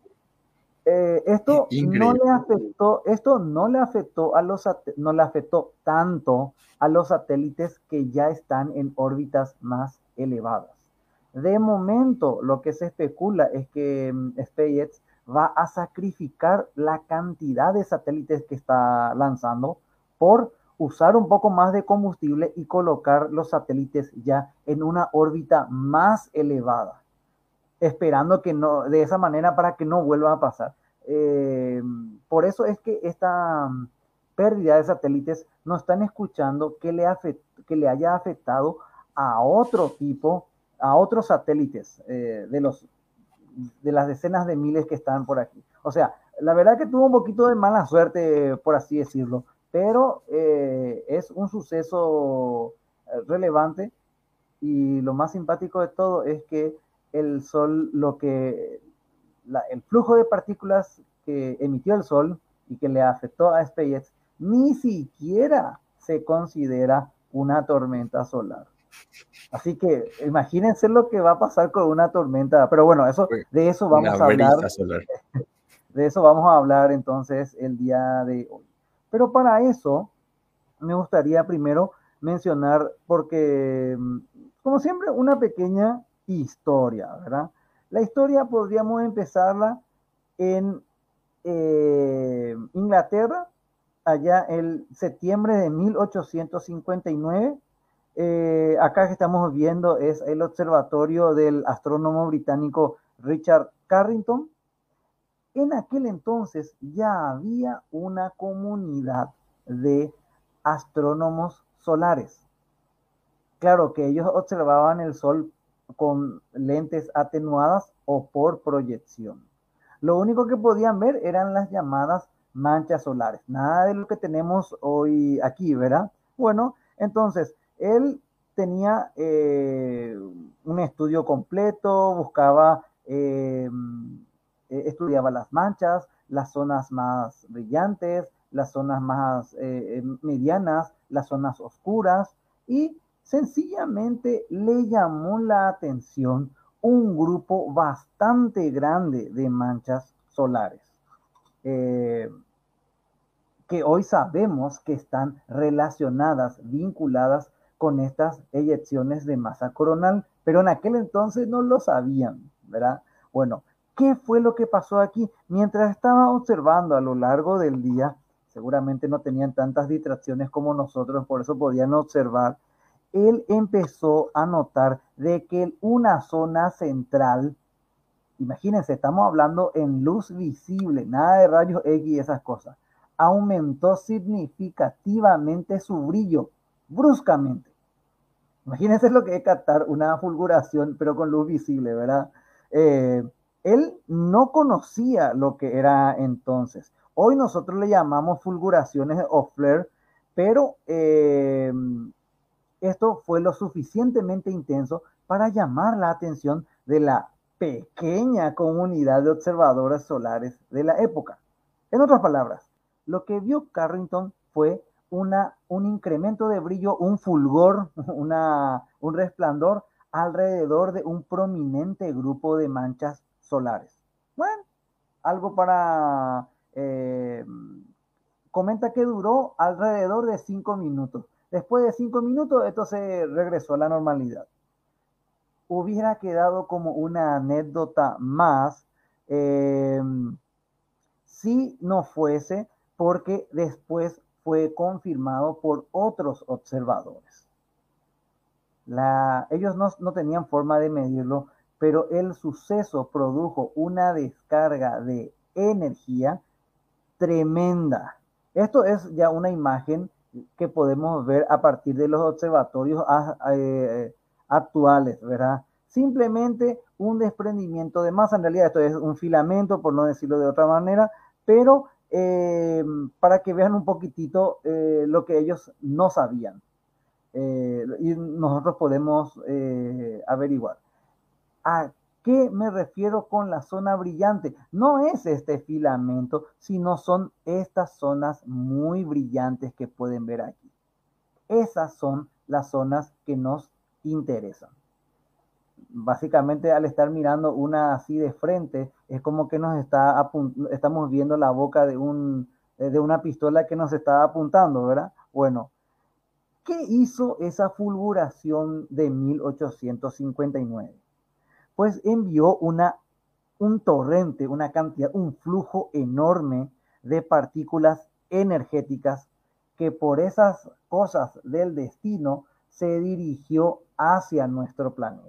Eh, esto no Increíble. le afectó, esto no le afectó a los, no le afectó tanto a los satélites que ya están en órbitas más elevadas. De momento, lo que se especula es que um, SpaceX va a sacrificar la cantidad de satélites que está lanzando por usar un poco más de combustible y colocar los satélites ya en una órbita más elevada, esperando que no, de esa manera para que no vuelva a pasar. Eh, por eso es que esta pérdida de satélites no están escuchando que le, afect, que le haya afectado a otro tipo, a otros satélites eh, de, los, de las decenas de miles que están por aquí. O sea, la verdad que tuvo un poquito de mala suerte, por así decirlo, pero eh, es un suceso relevante y lo más simpático de todo es que el Sol, lo que, la, el flujo de partículas que emitió el Sol y que le afectó a SpaceX, ni siquiera se considera una tormenta solar. Así que imagínense lo que va a pasar con una tormenta, pero bueno, eso, de eso vamos a hablar. Solar. De eso vamos a hablar entonces el día de hoy. Pero para eso me gustaría primero mencionar, porque como siempre, una pequeña historia, ¿verdad? La historia podríamos empezarla en eh, Inglaterra, allá en septiembre de mil ochocientos cincuenta y nueve. Eh, acá que estamos viendo es el observatorio del astrónomo británico Richard Carrington. En aquel entonces ya había una comunidad de astrónomos solares. Claro que ellos observaban el Sol con lentes atenuadas o por proyección. Lo único que podían ver eran las llamadas manchas solares. Nada de lo que tenemos hoy aquí, ¿verdad? Bueno, entonces, él tenía eh, un estudio completo, buscaba, eh, estudiaba las manchas, las zonas más brillantes, las zonas más eh, medianas, las zonas oscuras, y sencillamente le llamó la atención un grupo bastante grande de manchas solares, eh, que hoy sabemos que están relacionadas, vinculadas con estas eyecciones de masa coronal, pero en aquel entonces no lo sabían, ¿verdad? Bueno, ¿qué fue lo que pasó aquí? Mientras estaba observando a lo largo del día, seguramente no tenían tantas distracciones como nosotros, por eso podían observar. Él empezó a notar de que una zona central, imagínense, estamos hablando en luz visible, nada de rayos X y esas cosas, aumentó significativamente su brillo, bruscamente. Imagínense lo que es captar una fulguración, pero con luz visible, ¿verdad? Eh, él no conocía lo que era entonces. Hoy nosotros le llamamos fulguraciones o flare, pero eh, esto fue lo suficientemente intenso para llamar la atención de la pequeña comunidad de observadores solares de la época. En otras palabras, lo que vio Carrington fue una, un incremento de brillo, un fulgor, una, un resplandor alrededor de un prominente grupo de manchas solares. Bueno, algo para... Eh, comenta que duró alrededor de cinco minutos. Después de cinco minutos, esto se regresó a la normalidad. Hubiera quedado como una anécdota más eh, si no fuese porque después fue confirmado por otros observadores. La, ellos no, no tenían forma de medirlo, pero el suceso produjo una descarga de energía tremenda. Esto es ya una imagen que podemos ver a partir de los observatorios eh, actuales, ¿verdad? Simplemente un desprendimiento de masa. En realidad esto es un filamento, por no decirlo de otra manera, pero eh, para que vean un poquitito eh, lo que ellos no sabían. Eh, y nosotros podemos eh, averiguar. ¿A qué me refiero con la zona brillante? No es este filamento, sino son estas zonas muy brillantes que pueden ver aquí. Esas son las zonas que nos interesan. Básicamente, al estar mirando una así de frente, es como que nos está estamos viendo la boca de, un, de una pistola que nos está apuntando, ¿verdad? Bueno, ¿qué hizo esa fulguración de mil ochocientos cincuenta y nueve? Pues envió una, un torrente, una cantidad, un flujo enorme de partículas energéticas que por esas cosas del destino se dirigió hacia nuestro planeta.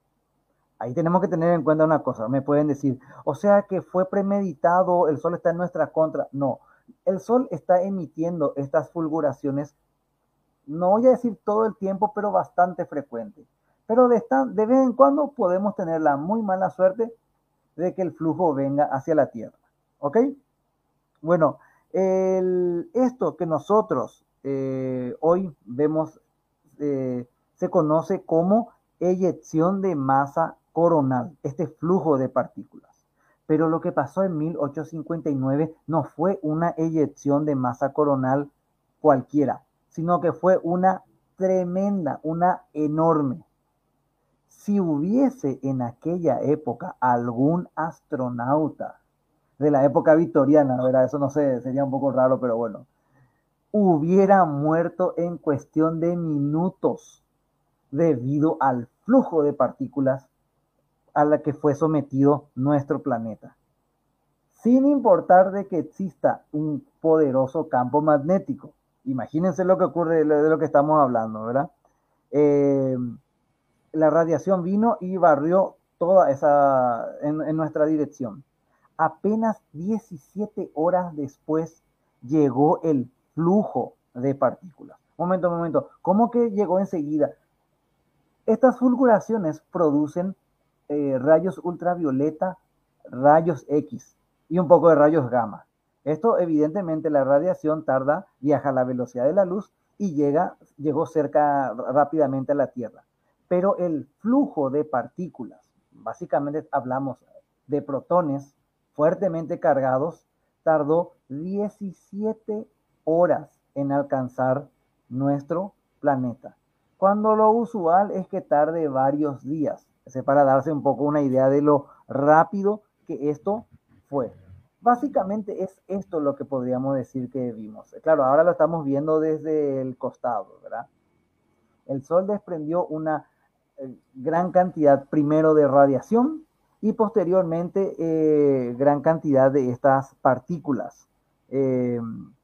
Ahí tenemos que tener en cuenta una cosa. Me pueden decir, o sea que fue premeditado, el Sol está en nuestra contra. No, el Sol está emitiendo estas fulguraciones, no voy a decir todo el tiempo, pero bastante frecuente. Pero de, esta, de vez en cuando podemos tener la muy mala suerte de que el flujo venga hacia la Tierra. ¿Ok? Bueno, el, esto que nosotros eh, hoy vemos eh, se conoce como eyección de masa coronal, este flujo de partículas. Pero lo que pasó en mil ochocientos cincuenta y nueve no fue una eyección de masa coronal cualquiera, sino que fue una tremenda, una enorme. Si hubiese en aquella época algún astronauta de la época victoriana, ¿verdad? Eso no sé, sería un poco raro, pero bueno, hubiera muerto en cuestión de minutos debido al flujo de partículas a la que fue sometido nuestro planeta. sin importar de que exista un poderoso campo magnético. Imagínense lo que ocurre de lo que estamos hablando, ¿verdad? Eh, la radiación vino y barrió toda esa en, en nuestra dirección. Apenas diecisiete horas después llegó el flujo de partículas. Momento, momento. ¿Cómo que llegó enseguida? Estas fulguraciones producen eh, rayos ultravioleta, rayos X y un poco de rayos gamma. Esto, evidentemente, la radiación tarda, viaja a la velocidad de la luz y llega, llegó cerca rápidamente a la Tierra. Pero el flujo de partículas, básicamente hablamos de protones fuertemente cargados, tardó diecisiete horas en alcanzar nuestro planeta, cuando lo usual es que tarde varios días, para darse un poco una idea de lo rápido que esto fue. Básicamente es esto lo que podríamos decir que vimos. Claro, ahora lo estamos viendo desde el costado, ¿verdad? El Sol desprendió una eh, gran cantidad primero de radiación y posteriormente eh, gran cantidad de estas partículas eh,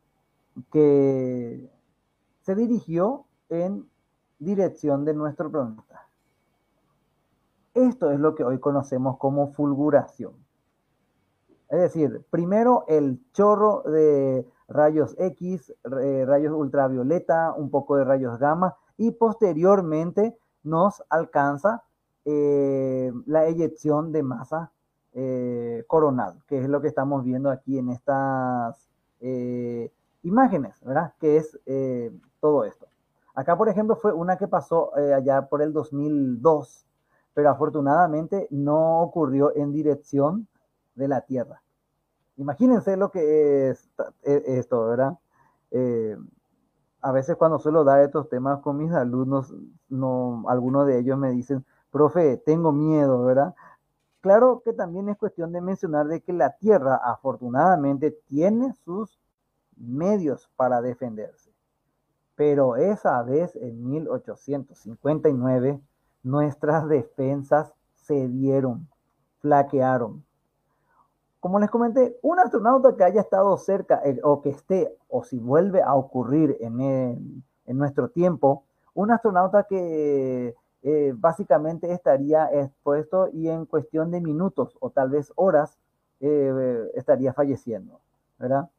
que se dirigió en dirección de nuestro planeta. Esto es lo que hoy conocemos como fulguración. Es decir, primero el chorro de rayos X, eh, rayos ultravioleta, un poco de rayos gamma, y posteriormente nos alcanza eh, la eyección de masa eh, coronal, que es lo que estamos viendo aquí en estas eh, imágenes, ¿verdad? Que es eh, todo esto. Acá, por ejemplo, fue una que pasó eh, allá por el dos mil dos, pero afortunadamente no ocurrió en dirección de la Tierra. Imagínense lo que es esto, ¿verdad? Eh, a veces cuando suelo dar estos temas con mis alumnos, no, algunos de ellos me dicen, profe, tengo miedo, ¿verdad? Claro que también es cuestión de mencionar de que la Tierra afortunadamente tiene sus medios para defenderse. Pero esa vez, en mil ochocientos cincuenta y nueve, nuestras defensas cedieron, flaquearon. Como les comenté, un astronauta que haya estado cerca eh, o que esté, o si vuelve a ocurrir en, el, en nuestro tiempo, un astronauta que eh, básicamente estaría expuesto y en cuestión de minutos o tal vez horas eh, estaría falleciendo, ¿verdad?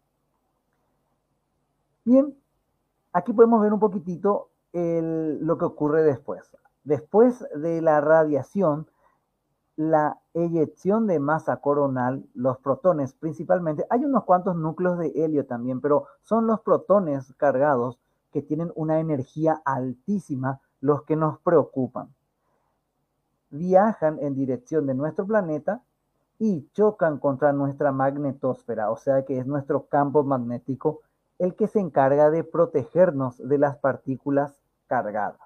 Bien, aquí podemos ver un poquitito el, lo que ocurre después. Después de la radiación, la eyección de masa coronal, los protones principalmente, hay unos cuantos núcleos de helio también, pero son los protones cargados que tienen una energía altísima los que nos preocupan. Viajan en dirección de nuestro planeta y chocan contra nuestra magnetosfera, o sea que es nuestro campo magnético el que se encarga de protegernos de las partículas cargadas.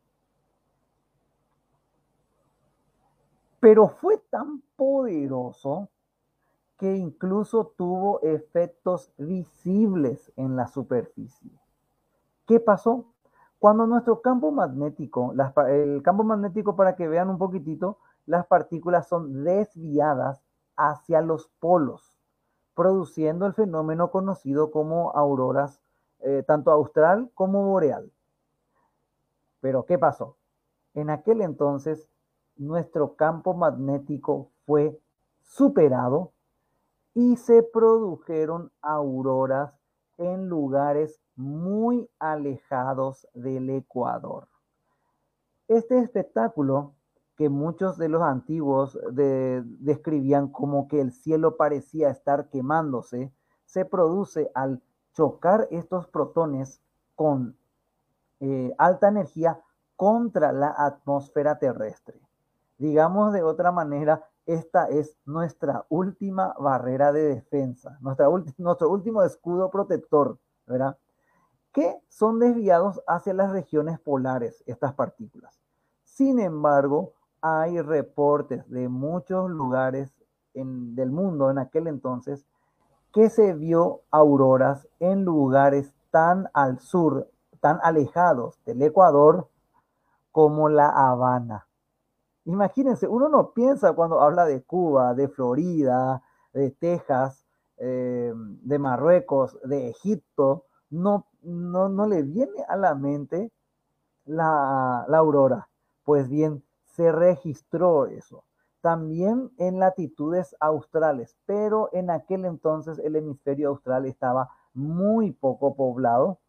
Pero fue tan poderoso que incluso tuvo efectos visibles en la superficie. ¿Qué pasó? Cuando nuestro campo magnético, las, el campo magnético, para que vean un poquitito, las partículas son desviadas hacia los polos, produciendo el fenómeno conocido como auroras, eh, tanto austral como boreal. Pero ¿qué pasó? En aquel entonces, nuestro campo magnético fue superado y se produjeron auroras en lugares muy alejados del ecuador. Este espectáculo, que muchos de los antiguos de, describían como que el cielo parecía estar quemándose, se produce al chocar estos protones con eh, alta energía contra la atmósfera terrestre. Digamos de otra manera, esta es nuestra última barrera de defensa, nuestra nuestro último escudo protector, ¿verdad? Que son desviados hacia las regiones polares, estas partículas. Sin embargo, hay reportes de muchos lugares en, del mundo en aquel entonces que se vio auroras en lugares tan al sur, tan alejados del Ecuador como La Habana. Imagínense, uno no piensa cuando habla de Cuba, de Florida, de Texas, eh, de Marruecos, de Egipto, no, no, no le viene a la mente la, la aurora. Pues bien, se registró eso. También en latitudes australes, pero en aquel entonces el hemisferio austral estaba muy poco poblado.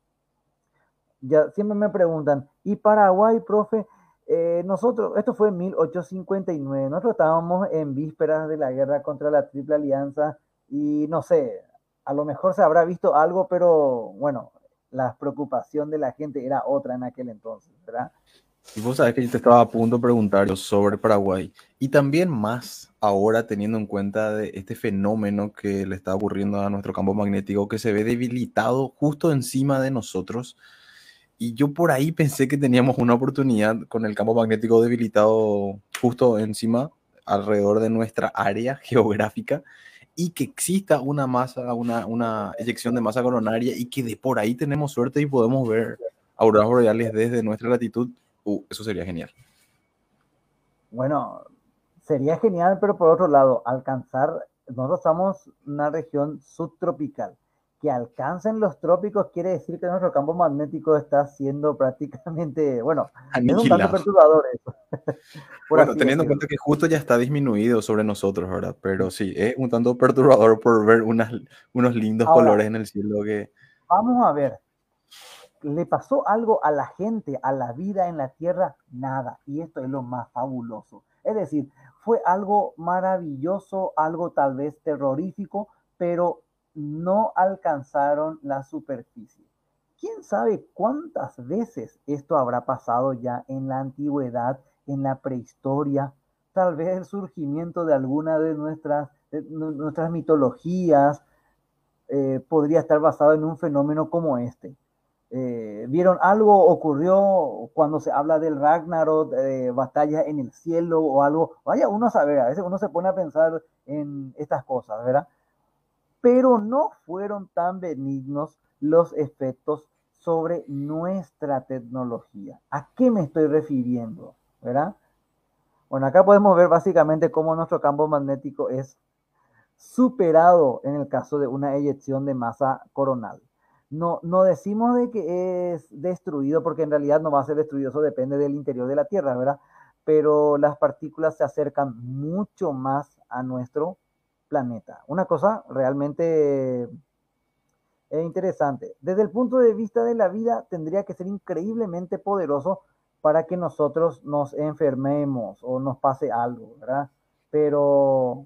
Ya siempre me preguntan, ¿y Paraguay, profe? Eh, nosotros, esto fue en mil ochocientos cincuenta y nueve, nosotros estábamos en vísperas de la guerra contra la Triple Alianza y no sé, a lo mejor se habrá visto algo, pero bueno, la preocupación de la gente era otra en aquel entonces, ¿verdad? Y vos sabés que yo te estaba a punto de preguntar sobre Paraguay. Y también más ahora teniendo en cuenta de este fenómeno que le está ocurriendo a nuestro campo magnético que se ve debilitado justo encima de nosotros. Y yo por ahí pensé que teníamos una oportunidad con el campo magnético debilitado justo encima, alrededor de nuestra área geográfica, y que exista una masa, una, una eyección de masa coronaria y que de por ahí tenemos suerte y podemos ver auroras boreales desde nuestra latitud. Uh, eso sería genial. Bueno, sería genial, pero por otro lado, alcanzar, nosotros somos una región subtropical. Que alcancen los trópicos quiere decir que nuestro campo magnético está siendo prácticamente, bueno, es un tanto Aniquilado. perturbador eso, por Bueno, así teniendo en decirlo. cuenta que justo ya está disminuido sobre nosotros, ¿verdad? Pero sí, es un tanto perturbador por ver unas, unos lindos Ahora, colores en el cielo que... vamos a ver, ¿le pasó algo a la gente, a la vida en la Tierra? Nada. Y esto es lo más fabuloso. Es decir, fue algo maravilloso, algo tal vez terrorífico, pero no alcanzaron la superficie. ¿Quién sabe cuántas veces esto habrá pasado ya en la antigüedad, en la prehistoria? Tal vez el surgimiento de alguna de nuestras, de nuestras mitologías eh, podría estar basado en un fenómeno como este. Eh, ¿Vieron algo ocurrió cuando se habla del Ragnarok, eh, batalla en el cielo o algo? Vaya uno a saber, a veces uno se pone a pensar en estas cosas, ¿verdad? Pero no fueron tan benignos los efectos sobre nuestra tecnología. ¿A qué me estoy refiriendo? ¿Verdad? Bueno, acá podemos ver básicamente cómo nuestro campo magnético es superado en el caso de una eyección de masa coronal. No, no decimos de que es destruido porque en realidad no va a ser destruido, eso depende del interior de la Tierra, ¿verdad? Pero las partículas se acercan mucho más a nuestro planeta. Una cosa realmente es interesante. Desde el punto de vista de la vida, tendría que ser increíblemente poderoso para que nosotros nos enfermemos o nos pase algo, ¿verdad? Pero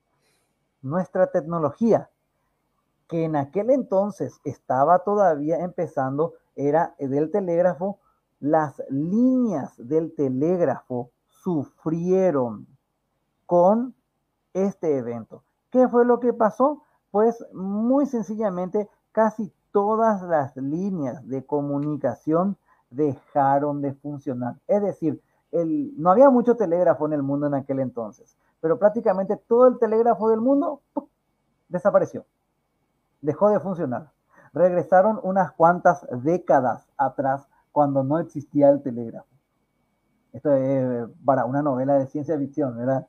nuestra tecnología, que en aquel entonces estaba todavía empezando, era del telégrafo, las líneas del telégrafo sufrieron con este evento. ¿Qué fue lo que pasó? Pues muy sencillamente casi todas las líneas de comunicación dejaron de funcionar. Es decir, el, no había mucho telégrafo en el mundo en aquel entonces, pero prácticamente todo el telégrafo del mundo ¡pum!, desapareció, dejó de funcionar. Regresaron unas cuantas décadas atrás cuando no existía el telégrafo. Esto es para una novela de ciencia ficción, ¿verdad?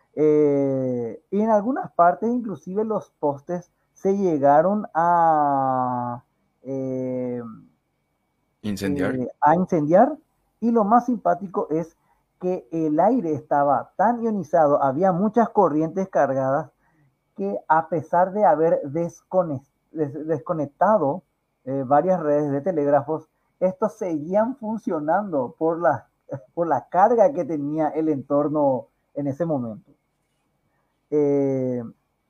Eh, y en algunas partes, inclusive los postes se llegaron a, eh, Incendiar. eh, a incendiar. Y lo más simpático es que el aire estaba tan ionizado, había muchas corrientes cargadas, que a pesar de haber desconectado eh, varias redes de telégrafos, estos seguían funcionando por la, por la carga que tenía el entorno en ese momento. Eh,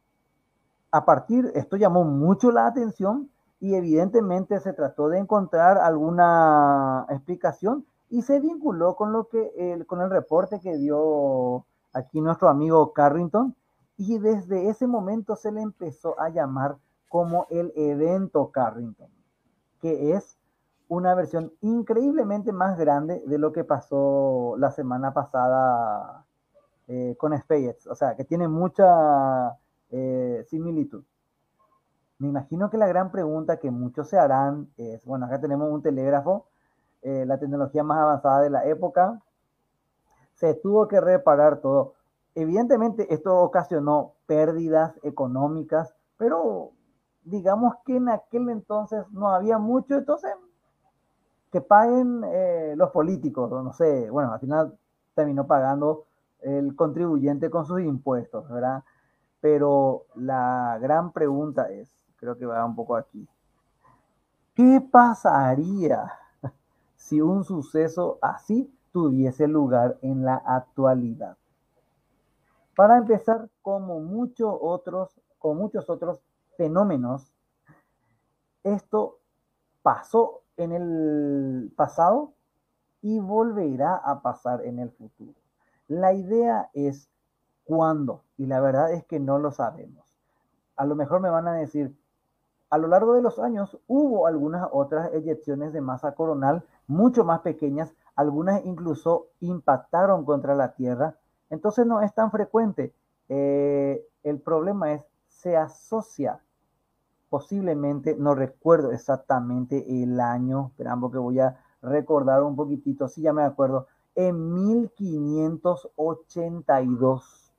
a partir, esto llamó mucho la atención y evidentemente se trató de encontrar alguna explicación y se vinculó con lo que el, con el reporte que dio aquí nuestro amigo Carrington, y desde ese momento se le empezó a llamar como el evento Carrington, que es una versión increíblemente más grande de lo que pasó la semana pasada eh, con SpaceX, o sea, que tiene mucha eh, similitud. Me imagino que la gran pregunta que muchos se harán es, bueno, acá tenemos un telégrafo, eh, la tecnología más avanzada de la época, se tuvo que reparar todo. evidentemente esto ocasionó pérdidas económicas, pero digamos que en aquel entonces no había mucho, entonces que paguen eh, los políticos, no sé, bueno, al final terminó pagando el contribuyente con sus impuestos, ¿verdad? Pero la gran pregunta es, creo que va un poco aquí, ¿qué pasaría si un suceso así tuviese lugar en la actualidad? Para empezar, como muchos otros, como muchos otros fenómenos, esto pasó en el pasado y volverá a pasar en el futuro. La idea es cuándo, y la verdad es que no lo sabemos. A lo mejor me van a decir, a lo largo de los años hubo algunas otras eyecciones de masa coronal mucho más pequeñas, algunas incluso impactaron contra la Tierra, entonces no es tan frecuente. Eh, el problema es, se asocia posiblemente, no recuerdo exactamente el año, esperando que voy a recordar un poquitito, sí, ya me acuerdo, en mil quinientos ochenta y dos.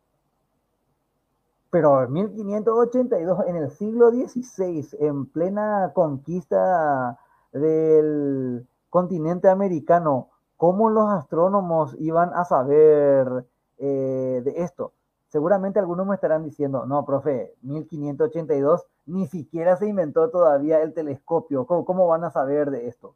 Pero en mil quinientos ochenta y dos, en el siglo dieciséis, en plena conquista del continente americano, ¿cómo los astrónomos iban a saber eh, de esto? Seguramente algunos me estarán diciendo, no, profe, mil quinientos ochenta y dos ni siquiera se inventó todavía el telescopio. ¿Cómo, cómo van a saber de esto?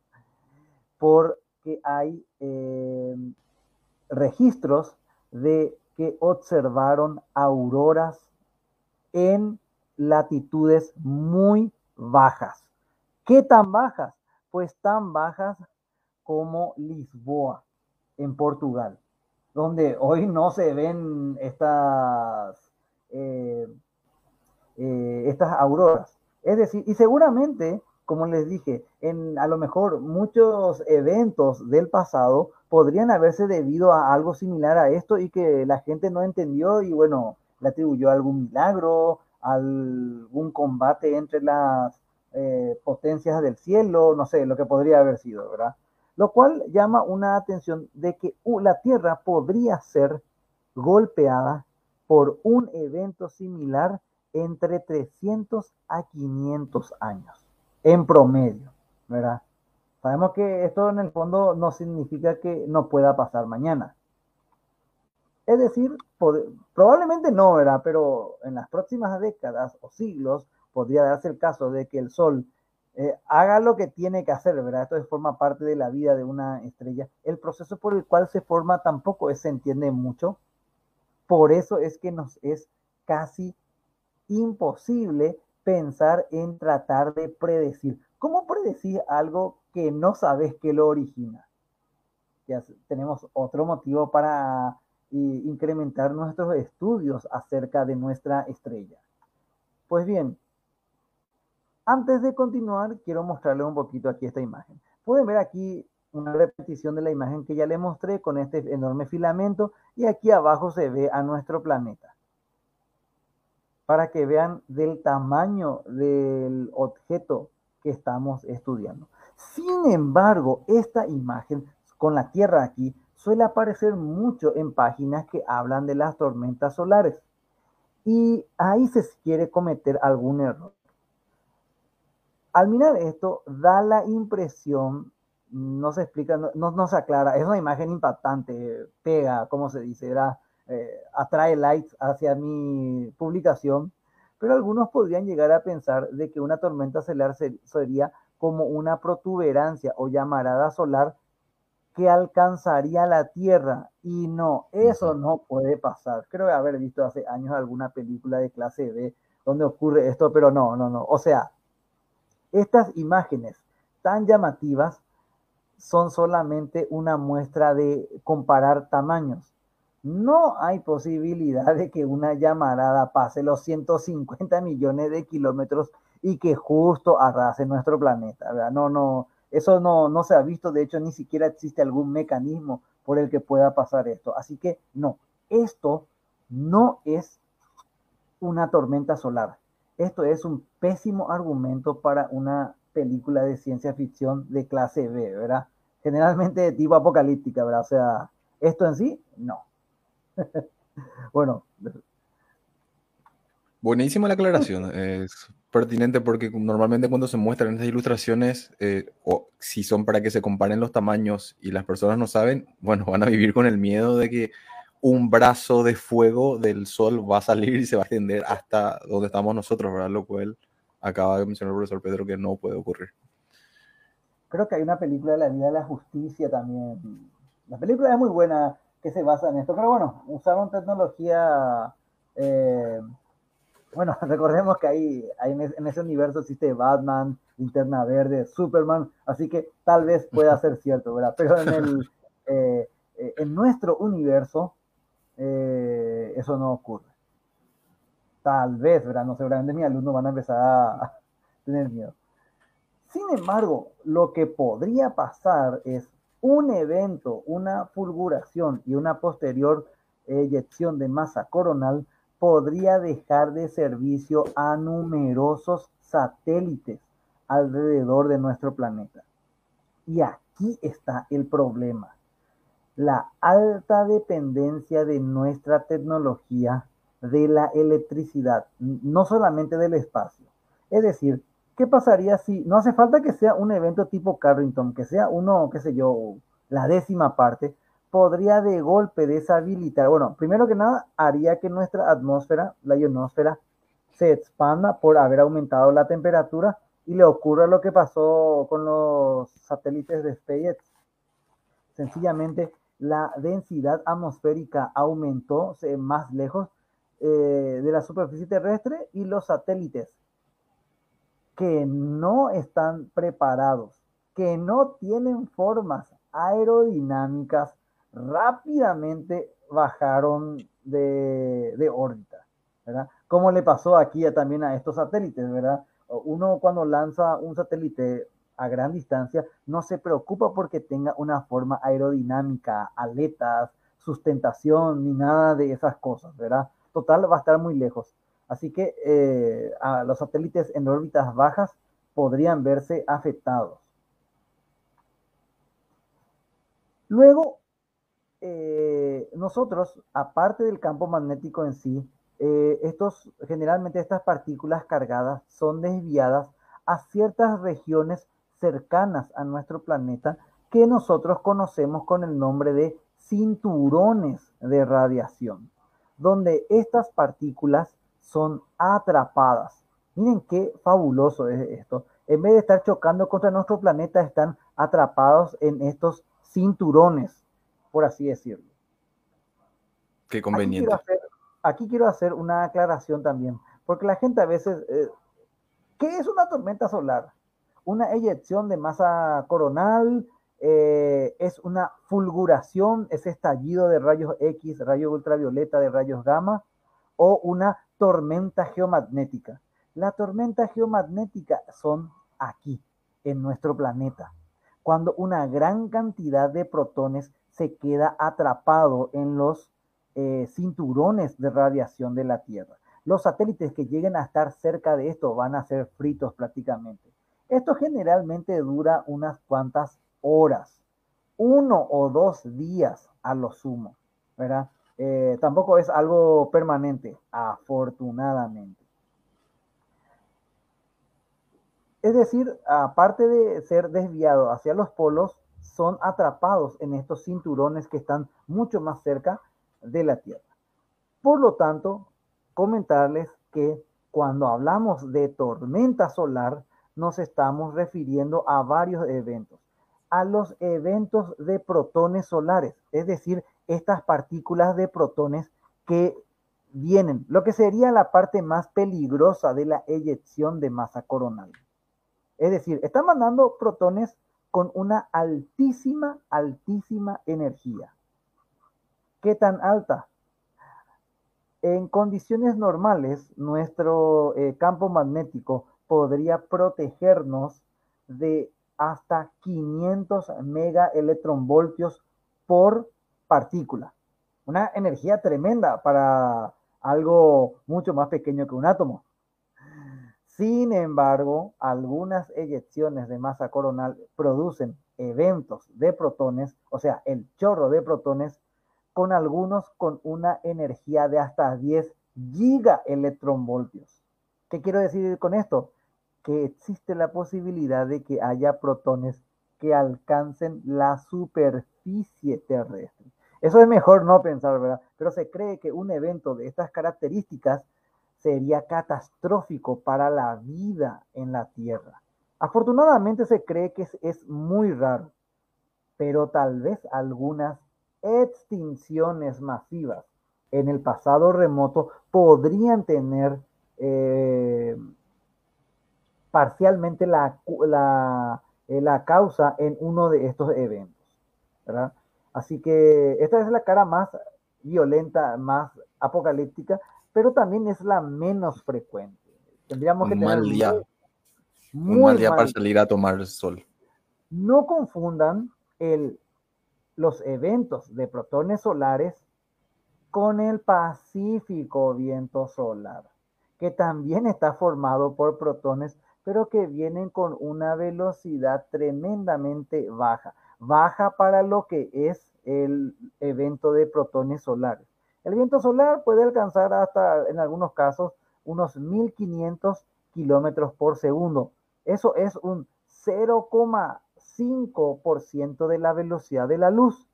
Porque hay eh, registros de que observaron auroras en latitudes muy bajas. ¿Qué tan bajas? Pues tan bajas como Lisboa, en Portugal, donde hoy no se ven estas, eh, eh, estas auroras. Es decir, y seguramente, como les dije, en a lo mejor muchos eventos del pasado podrían haberse debido a algo similar a esto y que la gente no entendió y bueno, le atribuyó algún milagro, algún combate entre las eh, potencias del cielo, no sé, lo que podría haber sido, ¿verdad? Lo cual llama una atención de que uh, la Tierra podría ser golpeada por un evento similar entre trescientos a quinientos años, en promedio, ¿verdad? Sabemos que esto en el fondo no significa que no pueda pasar mañana. Es decir, probablemente no, ¿verdad? Pero en las próximas décadas o siglos podría darse el caso de que el Sol eh, haga lo que tiene que hacer, ¿verdad? Esto forma parte de la vida de una estrella. El proceso por el cual se forma tampoco es, se entiende mucho. Por eso es que nos es casi imposible pensar en tratar de predecir. ¿Cómo predecir algo que no sabes que lo origina? Ya tenemos otro motivo para y incrementar nuestros estudios acerca de nuestra estrella. Pues bien, antes de continuar, quiero mostrarles un poquito aquí esta imagen. Pueden ver aquí una repetición de la imagen que ya les mostré con este enorme filamento y aquí abajo se ve a nuestro planeta. Para que vean del tamaño del objeto que estamos estudiando. Sin embargo, esta imagen con la Tierra aquí suele aparecer mucho en páginas que hablan de las tormentas solares. Y ahí se quiere cometer algún error. Al mirar esto, da la impresión, no se explica, no, no, no se aclara, es una imagen impactante, pega, como se dice, era, eh, atrae likes hacia mi publicación, pero algunos podrían llegar a pensar de que una tormenta solar sería como una protuberancia o llamarada solar que alcanzaría la Tierra. Y no, eso no puede pasar. Creo haber visto hace años alguna película de clase B donde ocurre esto, pero no, no, no. O sea, estas imágenes tan llamativas son solamente una muestra de comparar tamaños. No hay posibilidad de que una llamarada pase los ciento cincuenta millones de kilómetros y que justo arrase nuestro planeta, ¿verdad? No, no, eso no, no se ha visto, de hecho ni siquiera existe algún mecanismo por el que pueda pasar esto. Así que no, esto no es una tormenta solar. Esto es un pésimo argumento para una película de ciencia ficción de clase B, ¿verdad? Generalmente de tipo apocalíptica, ¿verdad? O sea, esto en sí, no. Bueno, Buenísima la aclaración. Es pertinente porque normalmente cuando se muestran estas ilustraciones, eh, o si son para que se comparen los tamaños y las personas no saben, bueno, van a vivir con el miedo de que un brazo de fuego del sol va a salir y se va a extender hasta donde estamos nosotros, ¿verdad? Lo cual acaba de mencionar el profesor Pedro que no puede ocurrir. creo que hay una película de la Liga de la Justicia también. La película es muy buena que se basa en esto, pero bueno, usaron tecnología. eh, bueno, recordemos que ahí, ahí en, en, ese universo existe Batman, Linterna Verde, Superman, así que tal vez pueda ser cierto, ¿verdad? Pero en, el, eh, eh, en nuestro universo eh, eso no ocurre. Tal vez, ¿verdad? No, seguramente mis alumnos van a empezar a tener miedo. Sin embargo, lo que podría pasar es un evento, una fulguración y una posterior eyección de masa coronal podría dejar de servicio a numerosos satélites alrededor de nuestro planeta. Y aquí está el problema. La alta dependencia de nuestra tecnología de la electricidad, no solamente del espacio. Es decir, ¿qué pasaría si no hace falta que sea un evento tipo Carrington, que sea uno, qué sé yo, la décima parte, podría de golpe deshabilitar? Bueno, primero que nada, haría que nuestra atmósfera, la ionosfera, se expanda por haber aumentado la temperatura y le ocurra lo que pasó con los satélites de SpaceX. Sencillamente, la densidad atmosférica aumentó más lejos eh, de la superficie terrestre y los satélites que no están preparados, que no tienen formas aerodinámicas, rápidamente bajaron de, de órbita, ¿verdad? Como le pasó aquí a, también a estos satélites, ¿verdad? Uno cuando lanza un satélite a gran distancia no se preocupa porque tenga una forma aerodinámica, aletas, sustentación, ni nada de esas cosas, ¿verdad? Total, va a estar muy lejos. Así que eh, a los satélites en órbitas bajas podrían verse afectados. Luego, eh, nosotros, aparte del campo magnético en sí, eh, estos, generalmente estas partículas cargadas son desviadas a ciertas regiones cercanas a nuestro planeta que nosotros conocemos con el nombre de cinturones de radiación, donde estas partículas son atrapadas. Miren qué fabuloso es esto. En vez de estar chocando contra nuestro planeta, están atrapados en estos cinturones, por así decirlo. Qué Aquí quiero conveniente. hacer, aquí quiero hacer una aclaración también, porque la gente a veces, eh, ¿qué es una tormenta solar? Una eyección de masa coronal, eh, es una fulguración, ese estallido de rayos X, rayos ultravioleta, de rayos gamma, o una tormenta geomagnética. La tormenta geomagnética son aquí, en nuestro planeta, cuando una gran cantidad de protones se queda atrapado en los eh, cinturones de radiación de la Tierra. Los satélites que lleguen a estar cerca de esto van a ser fritos prácticamente. Esto generalmente dura unas cuantas horas, uno o dos días a lo sumo, ¿verdad? Eh, tampoco es algo permanente, afortunadamente. Es decir, aparte de ser desviados hacia los polos, son atrapados en estos cinturones que están mucho más cerca de la Tierra. Por lo tanto, comentarles que cuando hablamos de tormenta solar, nos estamos refiriendo a varios eventos. A los eventos de protones solares, es decir, estas partículas de protones que vienen, lo que sería la parte más peligrosa de la eyección de masa coronal. Es decir, están mandando protones con una altísima, altísima energía. ¿Qué tan alta? En condiciones normales, nuestro eh, campo magnético podría protegernos de hasta quinientos megaelectronvoltios por partícula. Una energía tremenda para algo mucho más pequeño que un átomo. Sin embargo, algunas eyecciones de masa coronal producen eventos de protones, o sea, el chorro de protones con algunos con una energía de hasta diez gigaelectronvoltios. ¿Qué quiero decir con esto? Que existe la posibilidad de que haya protones que alcancen la superficie terrestre. Eso es mejor no pensar, ¿verdad? Pero se cree que un evento de estas características sería catastrófico para la vida en la Tierra. Afortunadamente se cree que es, es muy raro, pero tal vez algunas extinciones masivas en el pasado remoto podrían tener eh, parcialmente la, la, eh, la causa en uno de estos eventos, ¿verdad? Así que esta es la cara más violenta, más apocalíptica, pero también es la menos frecuente. Tendríamos Un que tener mal muy, día, un muy mal día para mal. salir a tomar el sol. No confundan el, los eventos de protones solares con el pacífico viento solar, que también está formado por protones, pero que vienen con una velocidad tremendamente baja, baja para lo que es el evento de protones solares. El viento solar puede alcanzar hasta, en algunos casos, unos mil quinientos kilómetros por segundo. Eso es un cero coma cinco por ciento de la velocidad de la luz.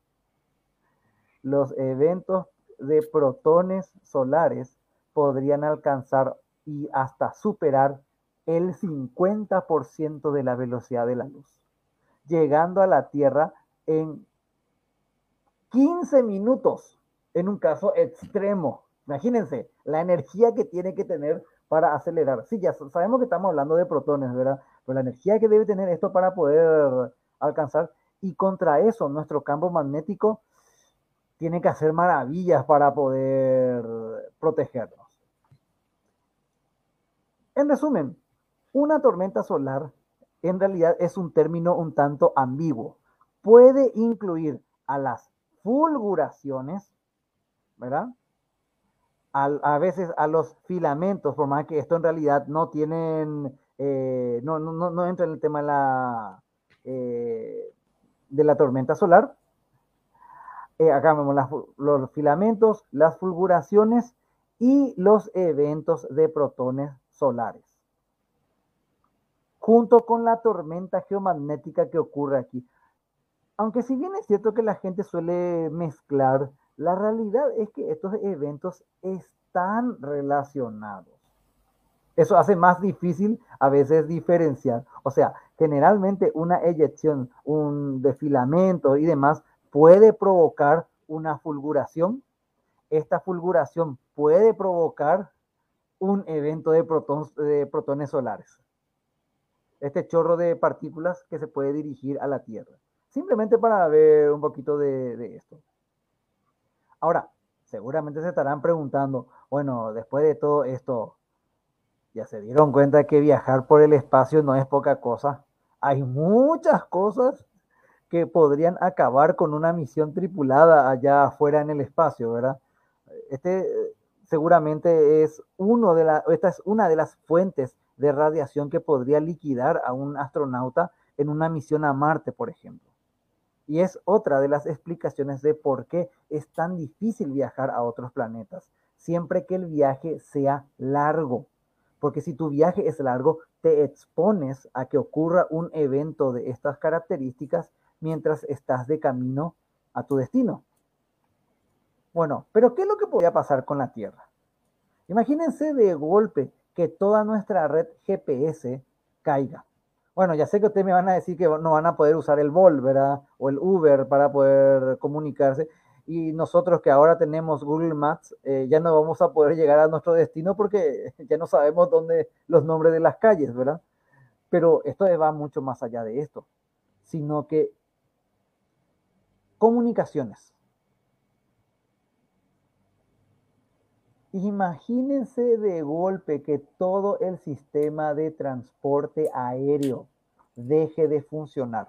Los eventos de protones solares podrían alcanzar y hasta superar el cincuenta por ciento de la velocidad de la luz, llegando a la Tierra en quince minutos, en un caso extremo. Imagínense la energía que tiene que tener para acelerar. Sí, ya sabemos que estamos hablando de protones, ¿verdad? Pero la energía que debe tener esto para poder alcanzar, y contra eso nuestro campo magnético tiene que hacer maravillas para poder protegernos. En resumen, una tormenta solar en realidad es un término un tanto ambiguo. Puede incluir a las fulguraciones, ¿verdad? A, a veces a los filamentos, por más que esto en realidad no tienen, eh, no, no, no, entra en el tema de la, eh, de la tormenta solar. Eh, acá vemos las, los filamentos, las fulguraciones y los eventos de protones solares, junto con la tormenta geomagnética que ocurre aquí. Aunque si bien es cierto que la gente suele mezclar, la realidad es que estos eventos están relacionados. Eso hace más difícil a veces diferenciar. O sea, generalmente una eyección, un de filamento y demás puede provocar una fulguración. Esta fulguración puede provocar un evento de, protons, de protones solares. Este chorro de partículas que se puede dirigir a la Tierra. Simplemente para ver un poquito de, de esto. Ahora, seguramente se estarán preguntando, bueno, después de todo esto, ya se dieron cuenta que viajar por el espacio no es poca cosa. Hay muchas cosas que podrían acabar con una misión tripulada allá afuera en el espacio, ¿verdad? Este seguramente es uno de la, esta es una de las fuentes de radiación que podría liquidar a un astronauta en una misión a Marte, por ejemplo. Y es otra de las explicaciones de por qué es tan difícil viajar a otros planetas, siempre que el viaje sea largo. Porque si tu viaje es largo, te expones a que ocurra un evento de estas características mientras estás de camino a tu destino. Bueno, pero ¿qué es lo que podría pasar con la Tierra? Imagínense de golpe que toda nuestra red G P S caiga. Bueno, ya sé que ustedes me van a decir que no van a poder usar el Bolt, ¿verdad? O el Uber para poder comunicarse. Y nosotros que ahora tenemos Google Maps, eh, ya no vamos a poder llegar a nuestro destino porque ya no sabemos dónde los nombres de las calles, ¿verdad? Pero esto va mucho más allá de esto, sino que comunicaciones. Imagínense de golpe que todo el sistema de transporte aéreo deje de funcionar.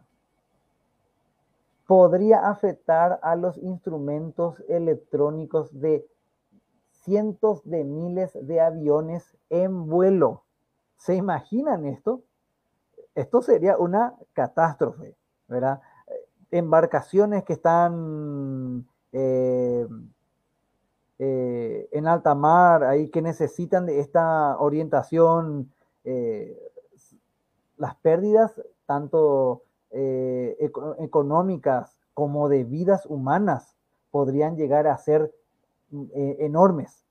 Podría afectar a los instrumentos electrónicos de cientos de miles de aviones en vuelo. ¿Se imaginan esto? Esto sería una catástrofe, ¿verdad? Embarcaciones que están eh, eh, en alta mar, ahí que necesitan de esta orientación, eh, las pérdidas tanto eh, eco económicas como de vidas humanas podrían llegar a ser eh, enormes.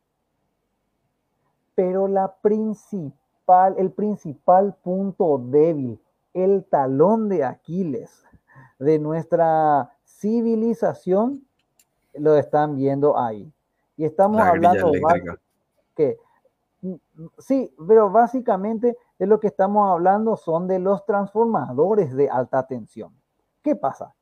Pero la principal, el principal punto débil, el talón de Aquiles de nuestra civilización, lo están viendo ahí. Y estamos La grilla hablando eléctrica. que sí, pero básicamente de lo que estamos hablando son de los transformadores de alta tensión. ¿Qué pasa?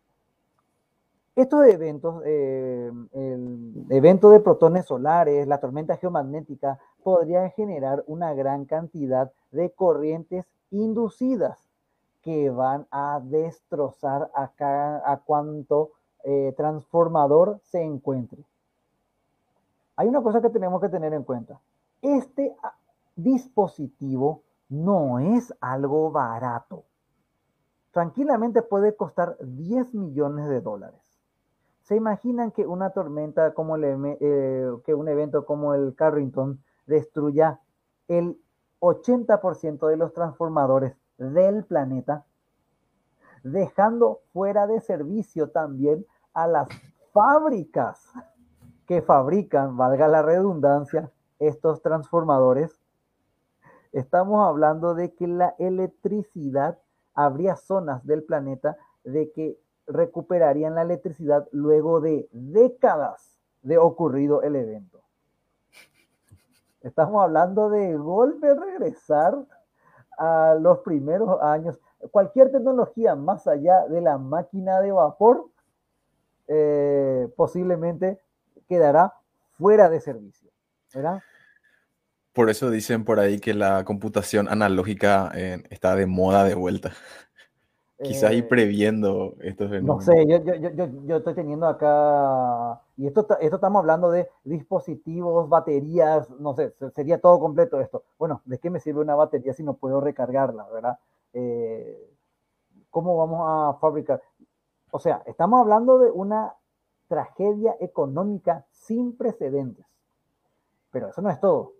Estos eventos, eh, el evento de protones solares, la tormenta geomagnética, podrían generar una gran cantidad de corrientes inducidas que van a destrozar a, cada, a cuanto eh, transformador se encuentre. Hay una cosa que tenemos que tener en cuenta. Este dispositivo no es algo barato. Tranquilamente puede costar diez millones de dólares. ¿Se imaginan que una tormenta como el, eh, que un evento como el Carrington destruya el ochenta por ciento de los transformadores del planeta, dejando fuera de servicio también a las fábricas que fabrican, valga la redundancia, estos transformadores? Estamos hablando de que la electricidad, habría zonas del planeta de que recuperarían la electricidad luego de décadas de ocurrido el evento. Estamos hablando de golpe regresar a los primeros años. Cualquier tecnología más allá de la máquina de vapor eh, posiblemente quedará fuera de servicio, ¿verdad? Por eso dicen por ahí que la computación analógica eh, está de moda de vuelta. Quizás ir Eh, previendo estos No fenómenos. sé, yo, yo, yo, yo, yo estoy teniendo acá, y esto, esto estamos hablando de dispositivos, baterías, no sé, sería todo completo esto. Bueno, ¿de qué me sirve una batería si no puedo recargarla, verdad? Eh, ¿Cómo vamos a fabricar? O sea, estamos hablando de una tragedia económica sin precedentes, pero eso no es todo.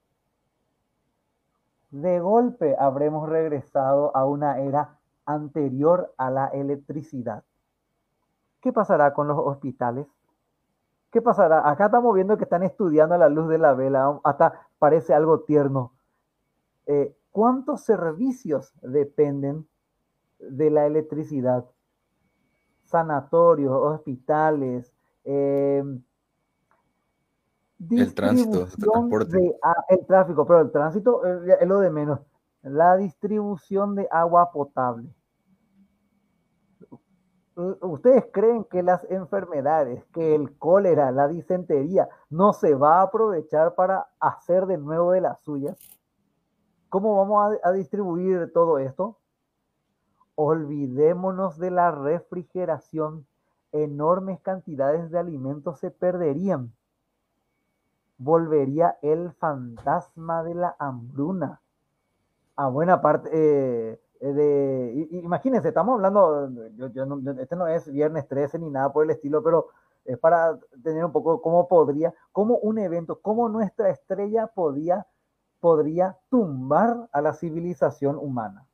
De golpe habremos regresado a una era anterior a la electricidad. ¿Qué pasará con los hospitales? ¿Qué pasará? Acá estamos viendo que están estudiando a la luz de la vela, hasta parece algo tierno. Eh, ¿Cuántos servicios dependen de la electricidad? Sanatorios, hospitales, eh, El tránsito, el distribución transporte. de ah, el tráfico, pero el tránsito eh, es lo de menos. La distribución de agua potable. ¿Ustedes creen que las enfermedades, que el cólera, la disentería, no se va a aprovechar para hacer de nuevo de las suyas? ¿Cómo vamos a, a distribuir todo esto? Olvidémonos de la refrigeración. Enormes cantidades de alimentos se perderían. Volvería el fantasma de la hambruna. A buena parte eh, de... Imagínense, estamos hablando, yo, yo no, este no es viernes trece ni nada por el estilo, pero es para tener un poco cómo podría, cómo un evento, cómo nuestra estrella podía, podría tumbar a la civilización humana.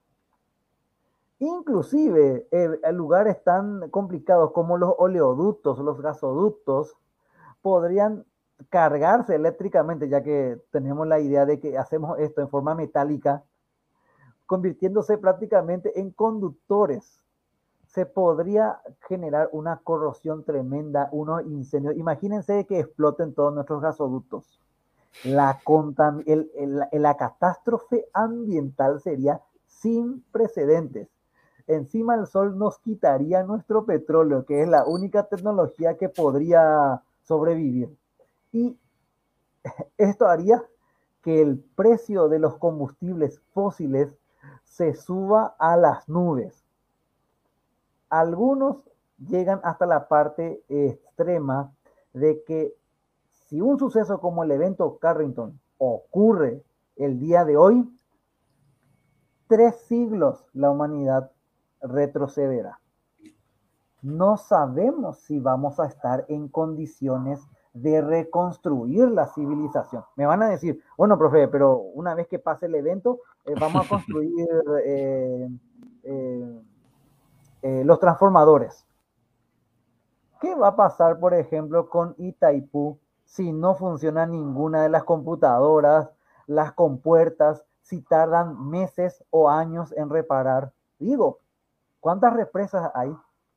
Inclusive, eh, lugares tan complicados como los oleoductos, los gasoductos, podrían cargarse eléctricamente, ya que tenemos la idea de que hacemos esto en forma metálica, convirtiéndose prácticamente en conductores. Se podría generar una corrosión tremenda, unos incendios. Imagínense que exploten todos nuestros gasoductos. La, el, el, la catástrofe ambiental sería sin precedentes. Encima el sol nos quitaría nuestro petróleo, que es la única tecnología que podría sobrevivir. Y esto haría que el precio de los combustibles fósiles se suba a las nubes. Algunos llegan hasta la parte extrema de que si un suceso como el evento Carrington ocurre el día de hoy, tres siglos la humanidad retrocederá. no sabemos si vamos a estar en condiciones de reconstruir la civilización. Me van a decir, bueno, profe, pero una vez que pase el evento, eh, vamos a construir eh, eh, eh, los transformadores. ¿Qué va a pasar, por ejemplo, con Itaipú si no funciona ninguna de las computadoras, las compuertas, si tardan meses o años en reparar? Digo, ¿cuántas represas hay?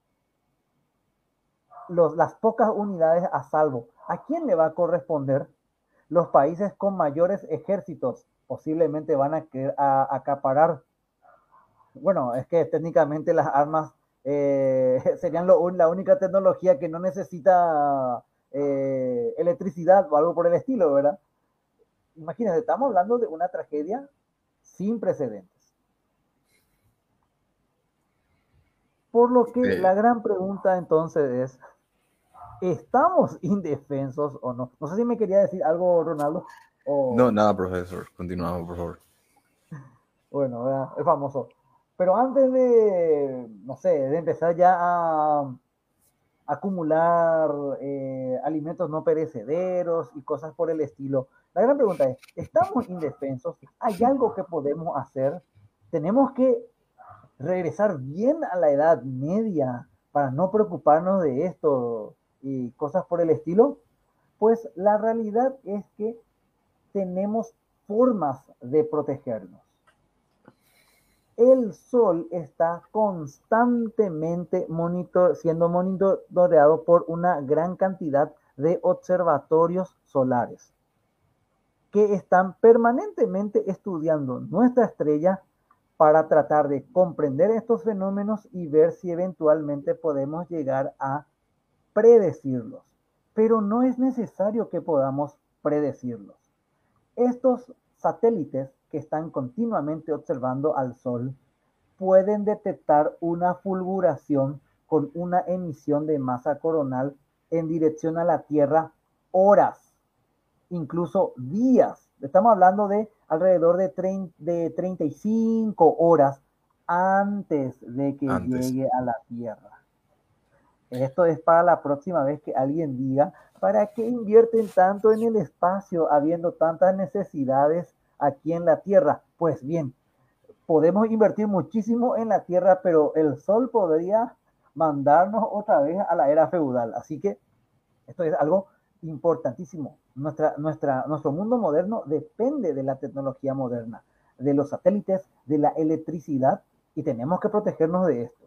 Los, las pocas unidades a salvo. ¿A quién le va a corresponder? Los países con mayores ejércitos posiblemente van a querer a, acaparar. Bueno, es que técnicamente las armas eh, serían lo, la única tecnología que no necesita eh, electricidad o algo por el estilo, ¿verdad? Imagínense, estamos hablando de una tragedia sin precedentes. Por lo que Eh, la gran pregunta entonces es, ¿estamos indefensos o no? No sé si me quería decir algo, Ronaldo, no, o nada, profesor. Continuamos, por favor. bueno, ¿verdad? Es famoso. Pero antes de, no sé, de empezar ya a acumular eh, alimentos no perecederos y cosas por el estilo. La gran pregunta es, ¿estamos indefensos? ¿Hay algo que podemos hacer? ¿Tenemos que regresar bien a la Edad Media para no preocuparnos de esto y cosas por el estilo? Pues la realidad es que tenemos formas de protegernos. El Sol está constantemente monitor, siendo monitoreado por una gran cantidad de observatorios solares que están permanentemente estudiando nuestra estrella para tratar de comprender estos fenómenos y ver si eventualmente podemos llegar a predecirlos. Pero no es necesario que podamos predecirlos. Estos satélites que están continuamente observando al Sol pueden detectar una fulguración con una emisión de masa coronal en dirección a la Tierra horas, incluso días. Estamos hablando de alrededor de, treinta, de treinta y cinco horas antes de que Antes. llegue a la Tierra. Esto es para la próxima vez que alguien diga, ¿para qué invierten tanto en el espacio habiendo tantas necesidades aquí en la Tierra? Pues bien, podemos invertir muchísimo en la Tierra, pero el Sol podría mandarnos otra vez a la era feudal. Así que esto es algo importantísimo. Nuestra, nuestra, nuestro mundo moderno depende de la tecnología moderna, de los satélites, de la electricidad, y tenemos que protegernos de esto.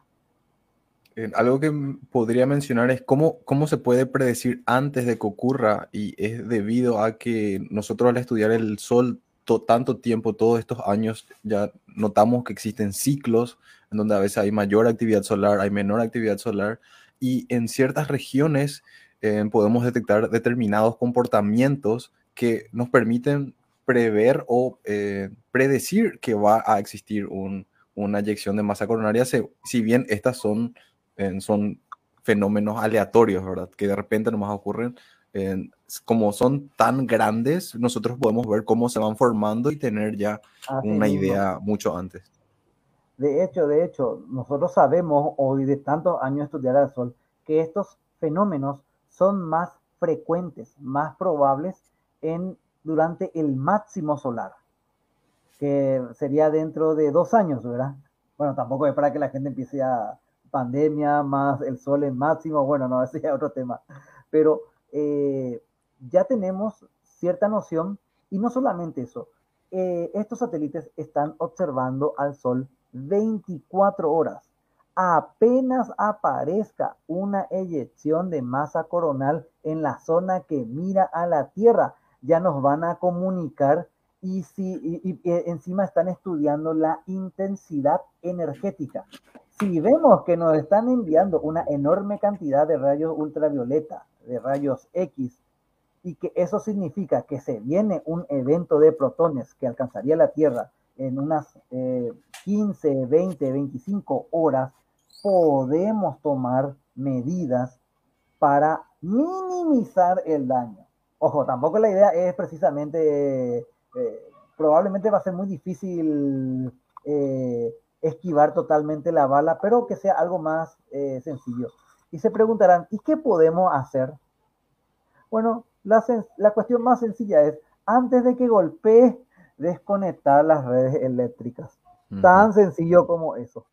Eh, algo que m- podría mencionar es cómo, cómo se puede predecir antes de que ocurra y es debido a que nosotros al estudiar el Sol to- tanto tiempo, todos estos años, ya notamos que existen ciclos en donde a veces hay mayor actividad solar, hay menor actividad solar y en ciertas regiones eh, podemos detectar determinados comportamientos que nos permiten prever o eh, predecir que va a existir un- una eyección de masa coronaria, se- si bien estas son eh, son fenómenos aleatorios, ¿verdad? Que de repente nomás ocurren. Eh, como son tan grandes, nosotros podemos ver cómo se van formando y tener ya Así una mismo. idea mucho antes. De hecho, de hecho, nosotros sabemos hoy de tantos años de estudiar al Sol que estos fenómenos son más frecuentes, más probables en, durante el máximo solar, que sería dentro de dos años, ¿verdad? Bueno, tampoco es para que la gente empiece a pandemia más el sol en máximo, bueno, no, ese ya es otro tema, pero eh, ya tenemos cierta noción y no solamente eso, eh, estos satélites están observando al sol veinticuatro horas. Apenas aparezca una eyección de masa coronal en la zona que mira a la Tierra, ya nos van a comunicar y, si, y, y, y encima están estudiando la intensidad energética. Si vemos que nos están enviando una enorme cantidad de rayos ultravioleta, de rayos X, y que eso significa que se viene un evento de protones que alcanzaría la Tierra en unas eh, quince, veinte, veinticinco horas, podemos tomar medidas para minimizar el daño. Ojo, tampoco la idea es precisamente, eh, probablemente va a ser muy difícil eh, esquivar totalmente la bala, pero que sea algo más eh, sencillo. Y se preguntarán, ¿y qué podemos hacer? Bueno, la, la cuestión más sencilla es, antes de que golpee, desconectar las redes eléctricas. Ujú. Tan sencillo como eso.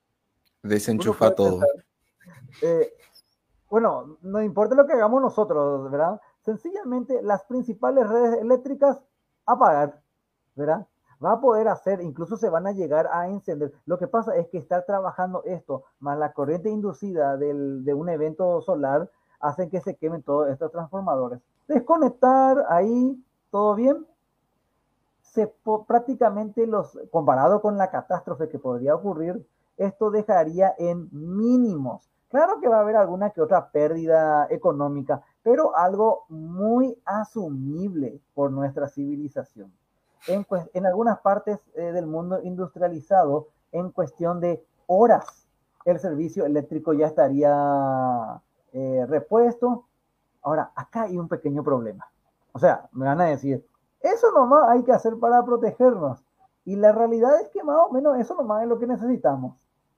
Uno Desenchufa puede pensar, todo. eh, bueno, no importa lo que hagamos nosotros, ¿verdad? Sencillamente las principales redes eléctricas apagar, ¿verdad? Va a poder hacer, incluso se van a llegar a encender. Lo que pasa es que estar trabajando esto, más la corriente inducida del, de un evento solar, hacen que se quemen todos estos transformadores. Desconectar ahí, todo bien. Se, prácticamente los, comparado con la catástrofe que podría ocurrir, esto dejaría en mínimos. Claro que va a haber alguna que otra pérdida económica, pero algo muy asumible por nuestra civilización. En, en algunas partes eh, del mundo industrializado, en cuestión de horas, el servicio eléctrico ya estaría eh, repuesto. Ahora, acá hay un pequeño problema. O sea, me van a decir, eso nomás hay que hacer para protegernos. Y la realidad es que más o menos eso nomás es lo que necesitamos.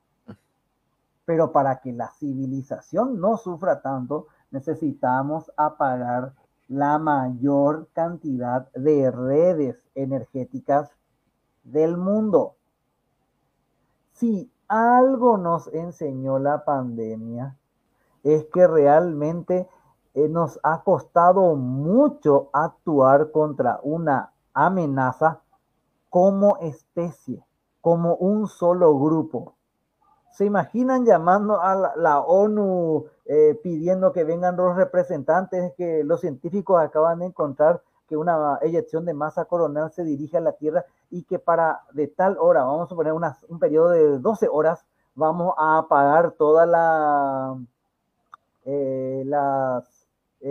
Pero para que la civilización no sufra tanto, necesitamos apagar la mayor cantidad de redes energéticas del mundo. Si algo nos enseñó la pandemia, es que realmente eh, nos ha costado mucho actuar contra una amenaza como especie, como un solo grupo. ¿Se imaginan llamando a la, la ONU eh, pidiendo que vengan los representantes que los científicos acaban de encontrar que una eyección de masa coronal se dirige a la Tierra y que para de tal hora, vamos a poner una, un periodo de doce horas, vamos a apagar toda la, eh, las,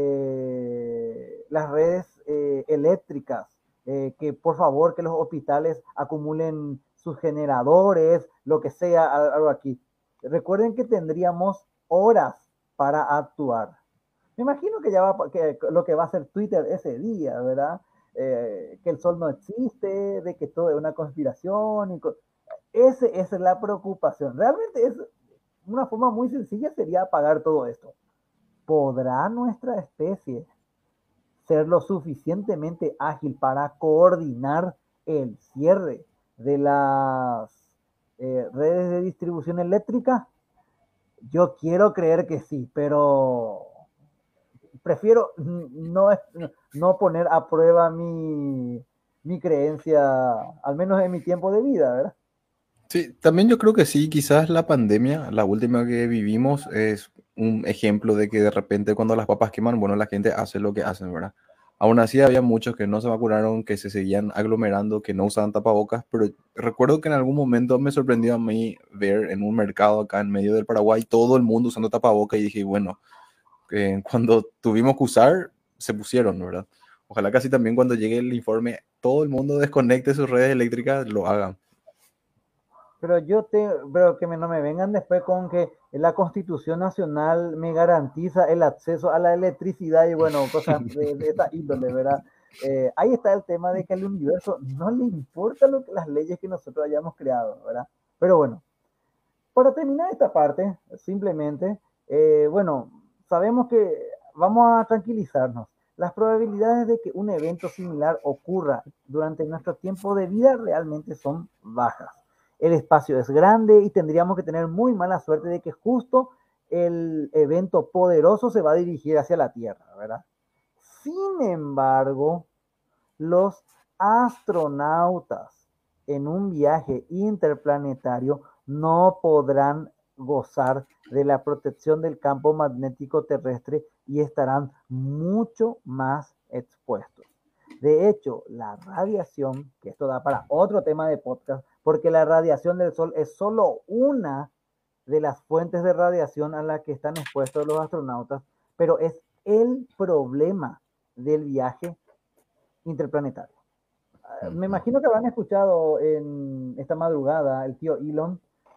eh, las redes eh, eléctricas, eh, que por favor que los hospitales acumulen sus generadores, lo que sea, algo aquí. Recuerden que tendríamos horas para actuar. Me imagino que ya va, que lo que va a hacer Twitter ese día, ¿verdad? Eh, que el sol no existe, de que todo es una conspiración. Y co ese, esa es la preocupación. Realmente es una forma muy sencilla sería apagar todo esto. ¿Podrá nuestra especie ser lo suficientemente ágil para coordinar el cierre de las eh, redes de distribución eléctrica? Yo quiero creer que sí, pero prefiero no, no poner a prueba mi, mi creencia, al menos en mi tiempo de vida, ¿verdad? Sí, también yo creo que sí, quizás la pandemia, la última que vivimos, es un ejemplo de que de repente cuando las papas queman, bueno, la gente hace lo que hacen, ¿verdad? Aún así había muchos que no se vacunaron, que se seguían aglomerando, que no usaban tapabocas, pero recuerdo que en algún momento me sorprendió a mí ver en un mercado acá en medio del Paraguay todo el mundo usando tapabocas y dije, bueno, eh, cuando tuvimos que usar, se pusieron, ¿verdad? Ojalá que así también cuando llegue el informe, todo el mundo desconecte sus redes eléctricas, lo hagan. Pero yo te, pero que me, no me vengan después con que la Constitución Nacional me garantiza el acceso a la electricidad y bueno, cosas de, de esa índole, ¿verdad? Eh, ahí está el tema de que al universo no le importa lo que, las leyes que nosotros hayamos creado, ¿verdad? Pero bueno, para terminar esta parte, simplemente, eh, bueno, sabemos que vamos a tranquilizarnos. Las probabilidades de que un evento similar ocurra durante nuestro tiempo de vida realmente son bajas. El espacio es grande y tendríamos que tener muy mala suerte de que justo el evento poderoso se va a dirigir hacia la Tierra, ¿verdad? Sin embargo, los astronautas en un viaje interplanetario no podrán gozar de la protección del campo magnético terrestre y estarán mucho más expuestos. De hecho, la radiación, que esto da para otro tema de podcast, porque la radiación del Sol es solo una de las fuentes de radiación a la que están expuestos los astronautas, pero es el problema del viaje interplanetario. Me Ujú. imagino que habrán escuchado en esta madrugada el tío Elon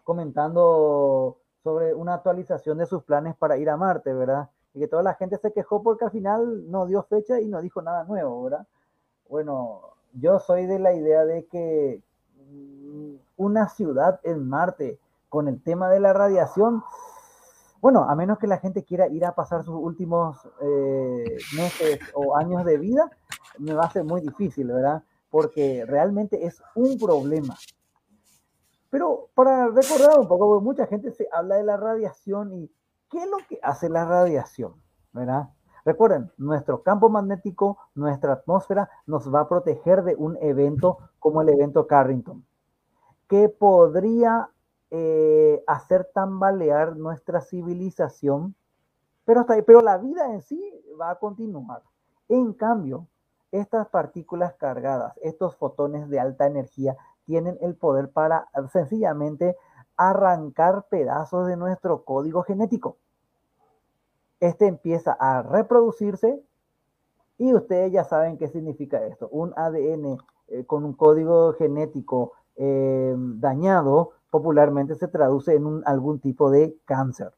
comentando sobre una actualización de sus planes para ir a Marte, ¿verdad? Y que toda la gente se quejó porque al final no dio fecha y no dijo nada nuevo, ¿verdad? Bueno, yo soy de la idea de que una ciudad en Marte con el tema de la radiación, bueno, a menos que la gente quiera ir a pasar sus últimos eh, meses o años de vida, me va a ser muy difícil, ¿verdad? Porque realmente es un problema. Pero para recordar un poco, porque mucha gente se habla de la radiación y qué es lo que hace la radiación, ¿verdad? Recuerden, nuestro campo magnético, nuestra atmósfera nos va a proteger de un evento como el evento Carrington, que podría eh, hacer tambalear nuestra civilización, pero, hasta ahí, pero la vida en sí va a continuar. En cambio, estas partículas cargadas, estos fotones de alta energía, tienen el poder para sencillamente arrancar pedazos de nuestro código genético. Este empieza a reproducirse y ustedes ya saben qué significa esto. Un A D N eh, con un código genético eh, dañado popularmente se traduce en un, algún tipo de cáncer.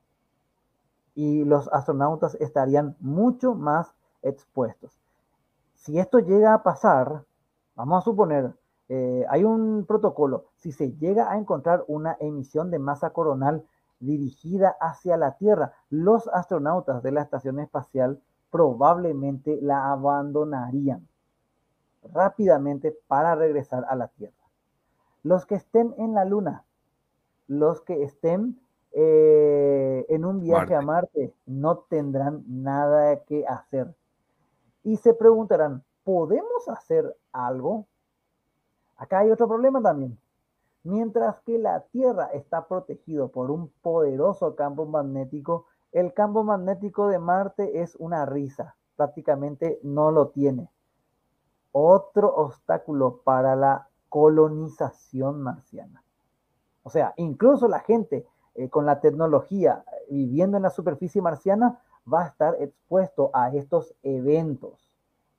Y los astronautas estarían mucho más expuestos. Si esto llega a pasar, vamos a suponer, eh, hay un protocolo, si se llega a encontrar una emisión de masa coronal dirigida hacia la Tierra, los astronautas de la estación espacial probablemente la abandonarían rápidamente para regresar a la Tierra. Los que estén en la Luna, los que estén eh, en un viaje Marte. a Marte, no tendrán nada que hacer. Y se preguntarán, ¿podemos hacer algo? Acá hay otro problema también. Mientras que la Tierra está protegido por un poderoso campo magnético, el campo magnético de Marte es una risa, prácticamente no lo tiene. Otro obstáculo para la colonización marciana. O sea, incluso la gente eh, con la tecnología viviendo en la superficie marciana va a estar expuesto a estos eventos,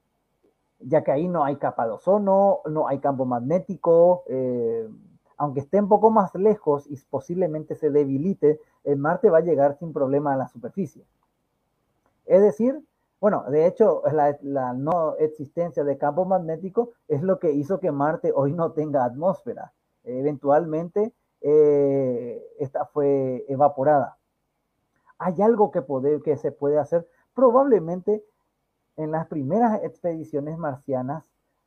ya que ahí no hay capa de ozono, no hay campo magnético, eh, aunque esté un poco más lejos y posiblemente se debilite, el Marte va a llegar sin problema a la superficie. Es decir, bueno, de hecho, la, la no existencia de campo magnético es lo que hizo que Marte hoy no tenga atmósfera. Eh, eventualmente, eh, esta fue evaporada. ¿Hay algo que, poder, que se puede hacer? Probablemente en las primeras expediciones marcianas,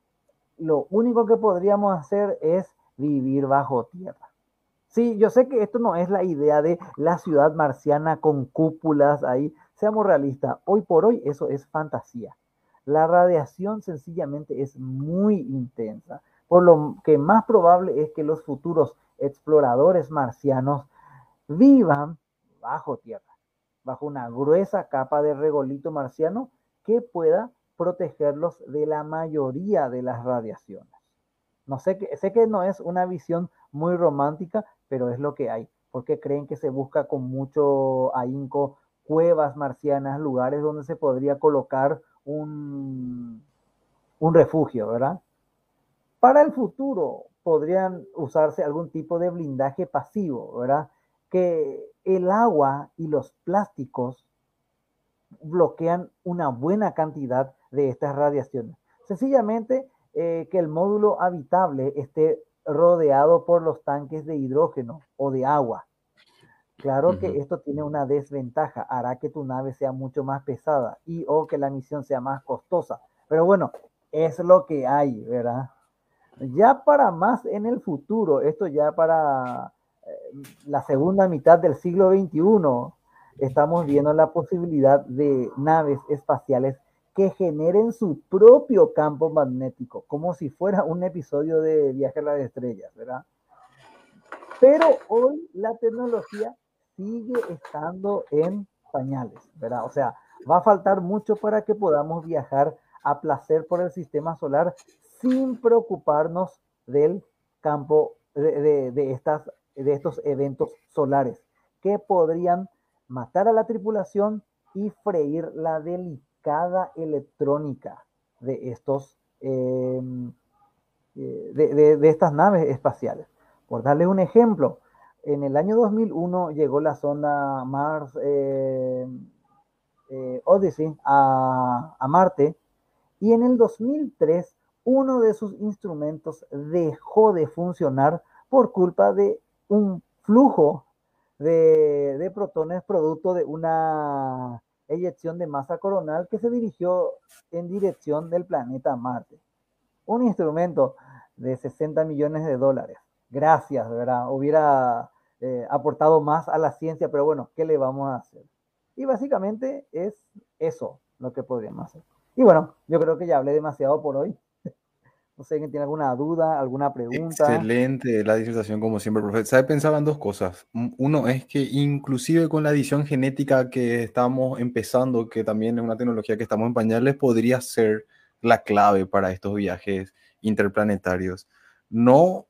lo único que podríamos hacer es vivir bajo tierra. Sí, yo sé que esto no es la idea de la ciudad marciana con cúpulas ahí. Seamos realistas, hoy por hoy eso es fantasía. La radiación sencillamente es muy intensa, por lo que más probable es que los futuros exploradores marcianos vivan bajo tierra, bajo una gruesa capa de regolito marciano que pueda protegerlos de la mayoría de las radiaciones. No sé, que, sé que no es una visión muy romántica, pero es lo que hay. Porque creen que se busca con mucho ahínco cuevas marcianas, lugares donde se podría colocar un, un refugio, ¿verdad? Para el futuro podrían usarse algún tipo de blindaje pasivo, ¿verdad? Que el agua y los plásticos bloquean una buena cantidad de estas radiaciones. Sencillamente eh, que el módulo habitable esté rodeado por los tanques de hidrógeno o de agua. Claro uh-huh. que esto tiene una desventaja, hará que tu nave sea mucho más pesada y o que la misión sea más costosa. Pero bueno, es lo que hay, ¿verdad? Ya para más en el futuro, esto ya para eh, la segunda mitad del siglo veintiuno, estamos viendo la posibilidad de naves espaciales que generen su propio campo magnético, como si fuera un episodio de Viaje a las Estrellas, ¿verdad? Pero hoy la tecnología sigue estando en pañales, ¿verdad? O sea, va a faltar mucho para que podamos viajar a placer por el sistema solar sin preocuparnos del campo de, de, de, estas, de estos eventos solares que podrían matar a la tripulación y freír la delicada electrónica de, estos, eh, de, de, de estas naves espaciales. Por darles un ejemplo, en el año dos mil uno llegó la sonda Mars eh, eh, Odyssey a, a Marte y en el dos mil tres uno de sus instrumentos dejó de funcionar por culpa de un flujo de, de protones producto de una eyección de masa coronal que se dirigió en dirección del planeta Marte. Un instrumento de sesenta millones de dólares. Gracias, ¿verdad? Hubiera eh, aportado más a la ciencia, pero bueno, ¿qué le vamos a hacer? Y básicamente es eso lo que podríamos hacer. Y bueno, yo creo que ya hablé demasiado por hoy. No sé quién tiene alguna duda, alguna pregunta. Excelente la disertación, como siempre, profe. ¿Sabe? Pensaba en dos cosas. M- Uno es que inclusive con la edición genética que estamos empezando, que también es una tecnología que estamos en pañales, podría ser la clave para estos viajes interplanetarios. No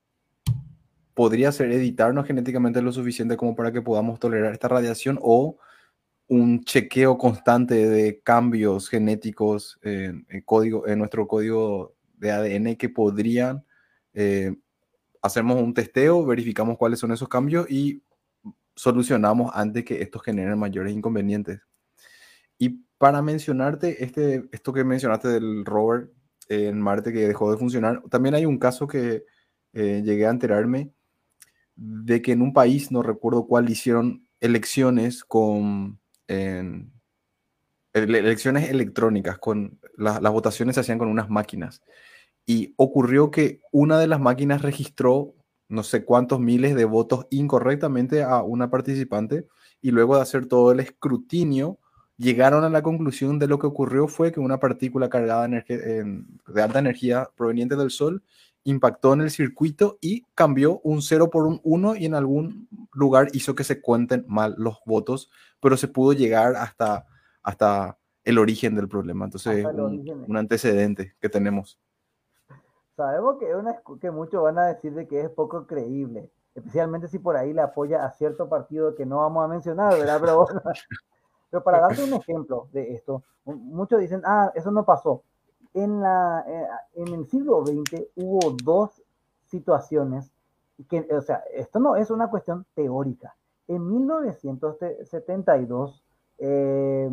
podría ser editarnos genéticamente lo suficiente como para que podamos tolerar esta radiación o un chequeo constante de cambios genéticos en, en código, en nuestro código de A D N que podrían, eh, hacemos un testeo, verificamos cuáles son esos cambios y solucionamos antes que estos generen mayores inconvenientes. Y para mencionarte, este, esto que mencionaste del rover eh, en Marte que dejó de funcionar, también hay un caso que eh, llegué a enterarme de que en un país, no recuerdo cuál, hicieron elecciones con en, ele- elecciones electrónicas, con la- las votaciones se hacían con unas máquinas. Y ocurrió que una de las máquinas registró no sé cuántos miles de votos incorrectamente a una participante y luego de hacer todo el escrutinio llegaron a la conclusión de lo que ocurrió fue que una partícula cargada energe- en- de alta energía proveniente del Sol impactó en el circuito y cambió un cero por un uno y en algún lugar hizo que se cuenten mal los votos, pero se pudo llegar hasta, hasta el origen del problema. Entonces, Hasta el un, origen. un antecedente que tenemos. Sabemos que, es una, que muchos van a decir de que es poco creíble, especialmente si por ahí le apoya a cierto partido que no vamos a mencionar, ¿verdad? Pero bueno, pero para darte un ejemplo de esto, muchos dicen, ah, eso no pasó. En, la, eh, en el siglo veinte hubo dos situaciones que, o sea, esto no es una cuestión teórica. En mil novecientos setenta y dos, eh,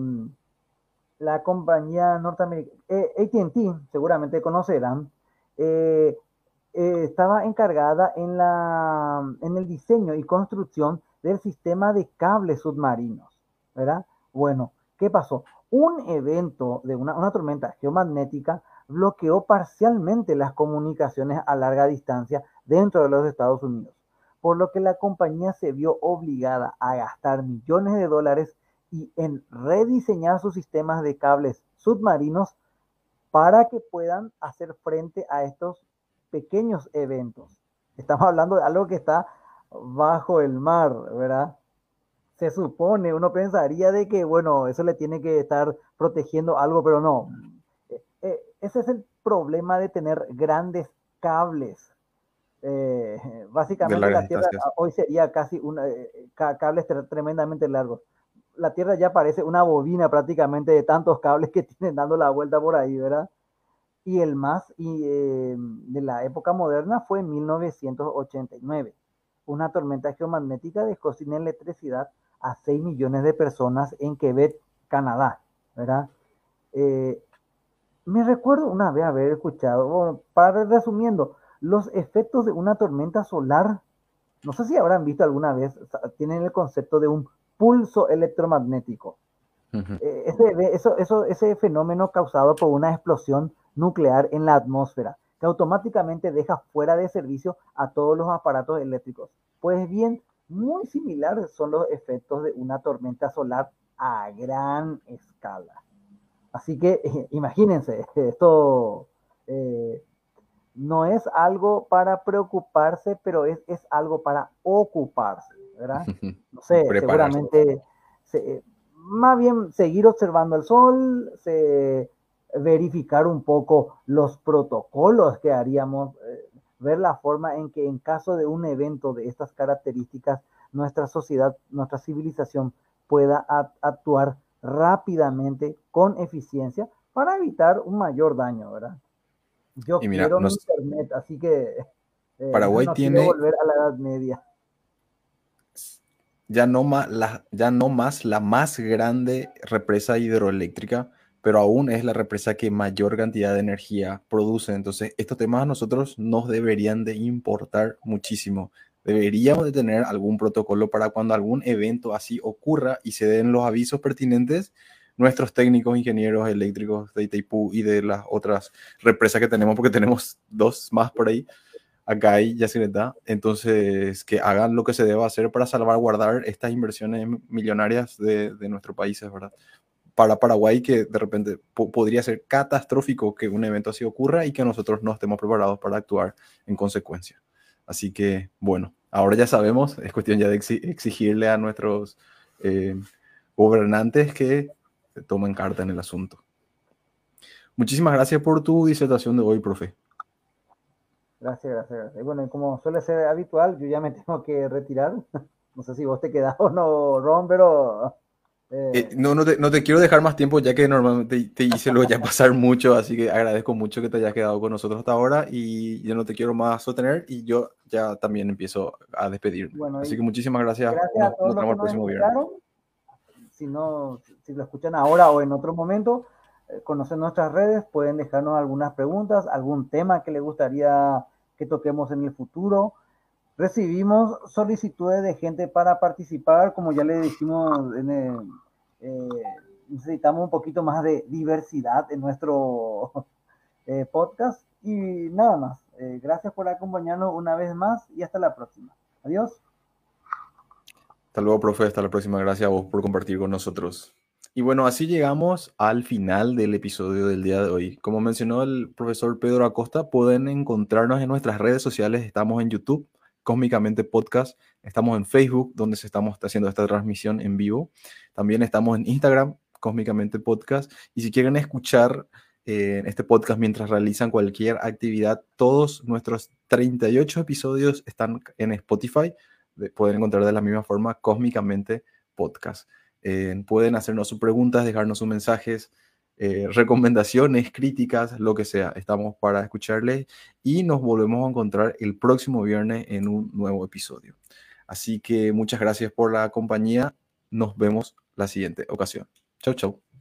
la compañía norteamericana, eh, A T and T, seguramente conocerán, eh, eh, estaba encargada en, la, en el diseño y construcción del sistema de cables submarinos, ¿verdad? Bueno, ¿qué pasó? Un evento de una, una tormenta geomagnética bloqueó parcialmente las comunicaciones a larga distancia dentro de los Estados Unidos, por lo que la compañía se vio obligada a gastar millones de dólares y en rediseñar sus sistemas de cables submarinos para que puedan hacer frente a estos pequeños eventos. Estamos hablando de algo que está bajo el mar, ¿verdad? Se supone, uno pensaría de que, bueno, eso le tiene que estar protegiendo algo, pero no. Eh, eh, ese es el problema de tener grandes cables. Eh, De básicamente largas la Tierra distancias. hoy sería casi una, eh, cables tremendamente largos. La Tierra ya parece una bobina prácticamente de tantos cables que tienen dando la vuelta por ahí, ¿verdad? Y el más y, eh, de la época moderna fue en mil novecientos ochenta y nueve. Una tormenta geomagnética dejó sin electricidad a seis millones de personas en Quebec, Canadá, ¿verdad? Eh, Me recuerdo una vez haber escuchado, bueno, para resumiendo, los efectos de una tormenta solar, no sé si habrán visto alguna vez, tienen el concepto de un pulso electromagnético. Ujú. Eh, ese, eso, eso, ese fenómeno causado por una explosión nuclear en la atmósfera, que automáticamente deja fuera de servicio a todos los aparatos eléctricos. Pues bien, muy similares son los efectos de una tormenta solar a gran escala. Así que eh, imagínense, esto eh, no es algo para preocuparse, pero es, es algo para ocuparse, ¿verdad? No sé, Prepararse. seguramente, se, más bien seguir observando el sol, se, verificar un poco los protocolos que haríamos, eh, ver la forma en que en caso de un evento de estas características, nuestra sociedad, nuestra civilización pueda actuar rápidamente, con eficiencia, para evitar un mayor daño, ¿verdad? Yo Y mira, quiero mi nos, internet, así que eh, Paraguay no quiero tiene volver a la Edad Media. ya no, ma- la, ya no más la más grande represa hidroeléctrica pero aún es la represa que mayor cantidad de energía produce. Entonces, estos temas a nosotros nos deberían de importar muchísimo. Deberíamos de tener algún protocolo para cuando algún evento así ocurra y se den los avisos pertinentes, nuestros técnicos, ingenieros eléctricos de Itaipú y de las otras represas que tenemos, porque tenemos dos más por ahí, acá hay Yacyretá, entonces que hagan lo que se deba hacer para salvaguardar estas inversiones millonarias de, de nuestro país, ¿verdad? Para Paraguay, que de repente po podría ser catastrófico que un evento así ocurra y que nosotros no estemos preparados para actuar en consecuencia. Así que, bueno, ahora ya sabemos, es cuestión ya de exigirle a nuestros eh, gobernantes que tomen carta en el asunto. Muchísimas gracias por tu disertación de hoy, profe. Gracias, gracias, gracias. Bueno, y como suele ser habitual, yo ya me tengo que retirar. No sé si vos te quedás o no, Ron, pero... Eh, eh, no, no, te, no te quiero dejar más tiempo, ya que normalmente te hice luego ya pasar mucho, así que agradezco mucho que te hayas quedado con nosotros hasta ahora y yo no te quiero más sostener y yo ya también empiezo a despedirme. Bueno, así que muchísimas gracias. Gracias Nos, a todos nos los vemos que el nos próximo viernes. escucharon. Si, no, si lo escuchan ahora o en otro momento, eh, conocen nuestras redes, pueden dejarnos algunas preguntas, algún tema que les gustaría que toquemos en el futuro. Recibimos solicitudes de gente para participar, como ya le dijimos, en el, eh, necesitamos un poquito más de diversidad en nuestro eh, podcast. Y nada más, eh, gracias por acompañarnos una vez más y hasta la próxima. Adiós. Hasta luego, profe. Hasta la próxima. Gracias a vos por compartir con nosotros. Y bueno, así llegamos al final del episodio del día de hoy. Como mencionó el profesor Pedro Acosta, pueden encontrarnos en nuestras redes sociales. Estamos en YouTube, Cósmicamente Podcast. Estamos en Facebook, donde se estamos haciendo esta transmisión en vivo. También estamos en Instagram, Cósmicamente Podcast. Y si quieren escuchar eh, este podcast mientras realizan cualquier actividad, todos nuestros treinta y ocho episodios están en Spotify. De, pueden encontrar de la misma forma Cósmicamente Podcast. Eh, pueden hacernos sus preguntas, dejarnos sus mensajes, eh, recomendaciones, críticas, lo que sea. Estamos para escucharles y nos volvemos a encontrar el próximo viernes en un nuevo episodio. Así que muchas gracias por la compañía. Nos vemos la siguiente ocasión. Chau, chau.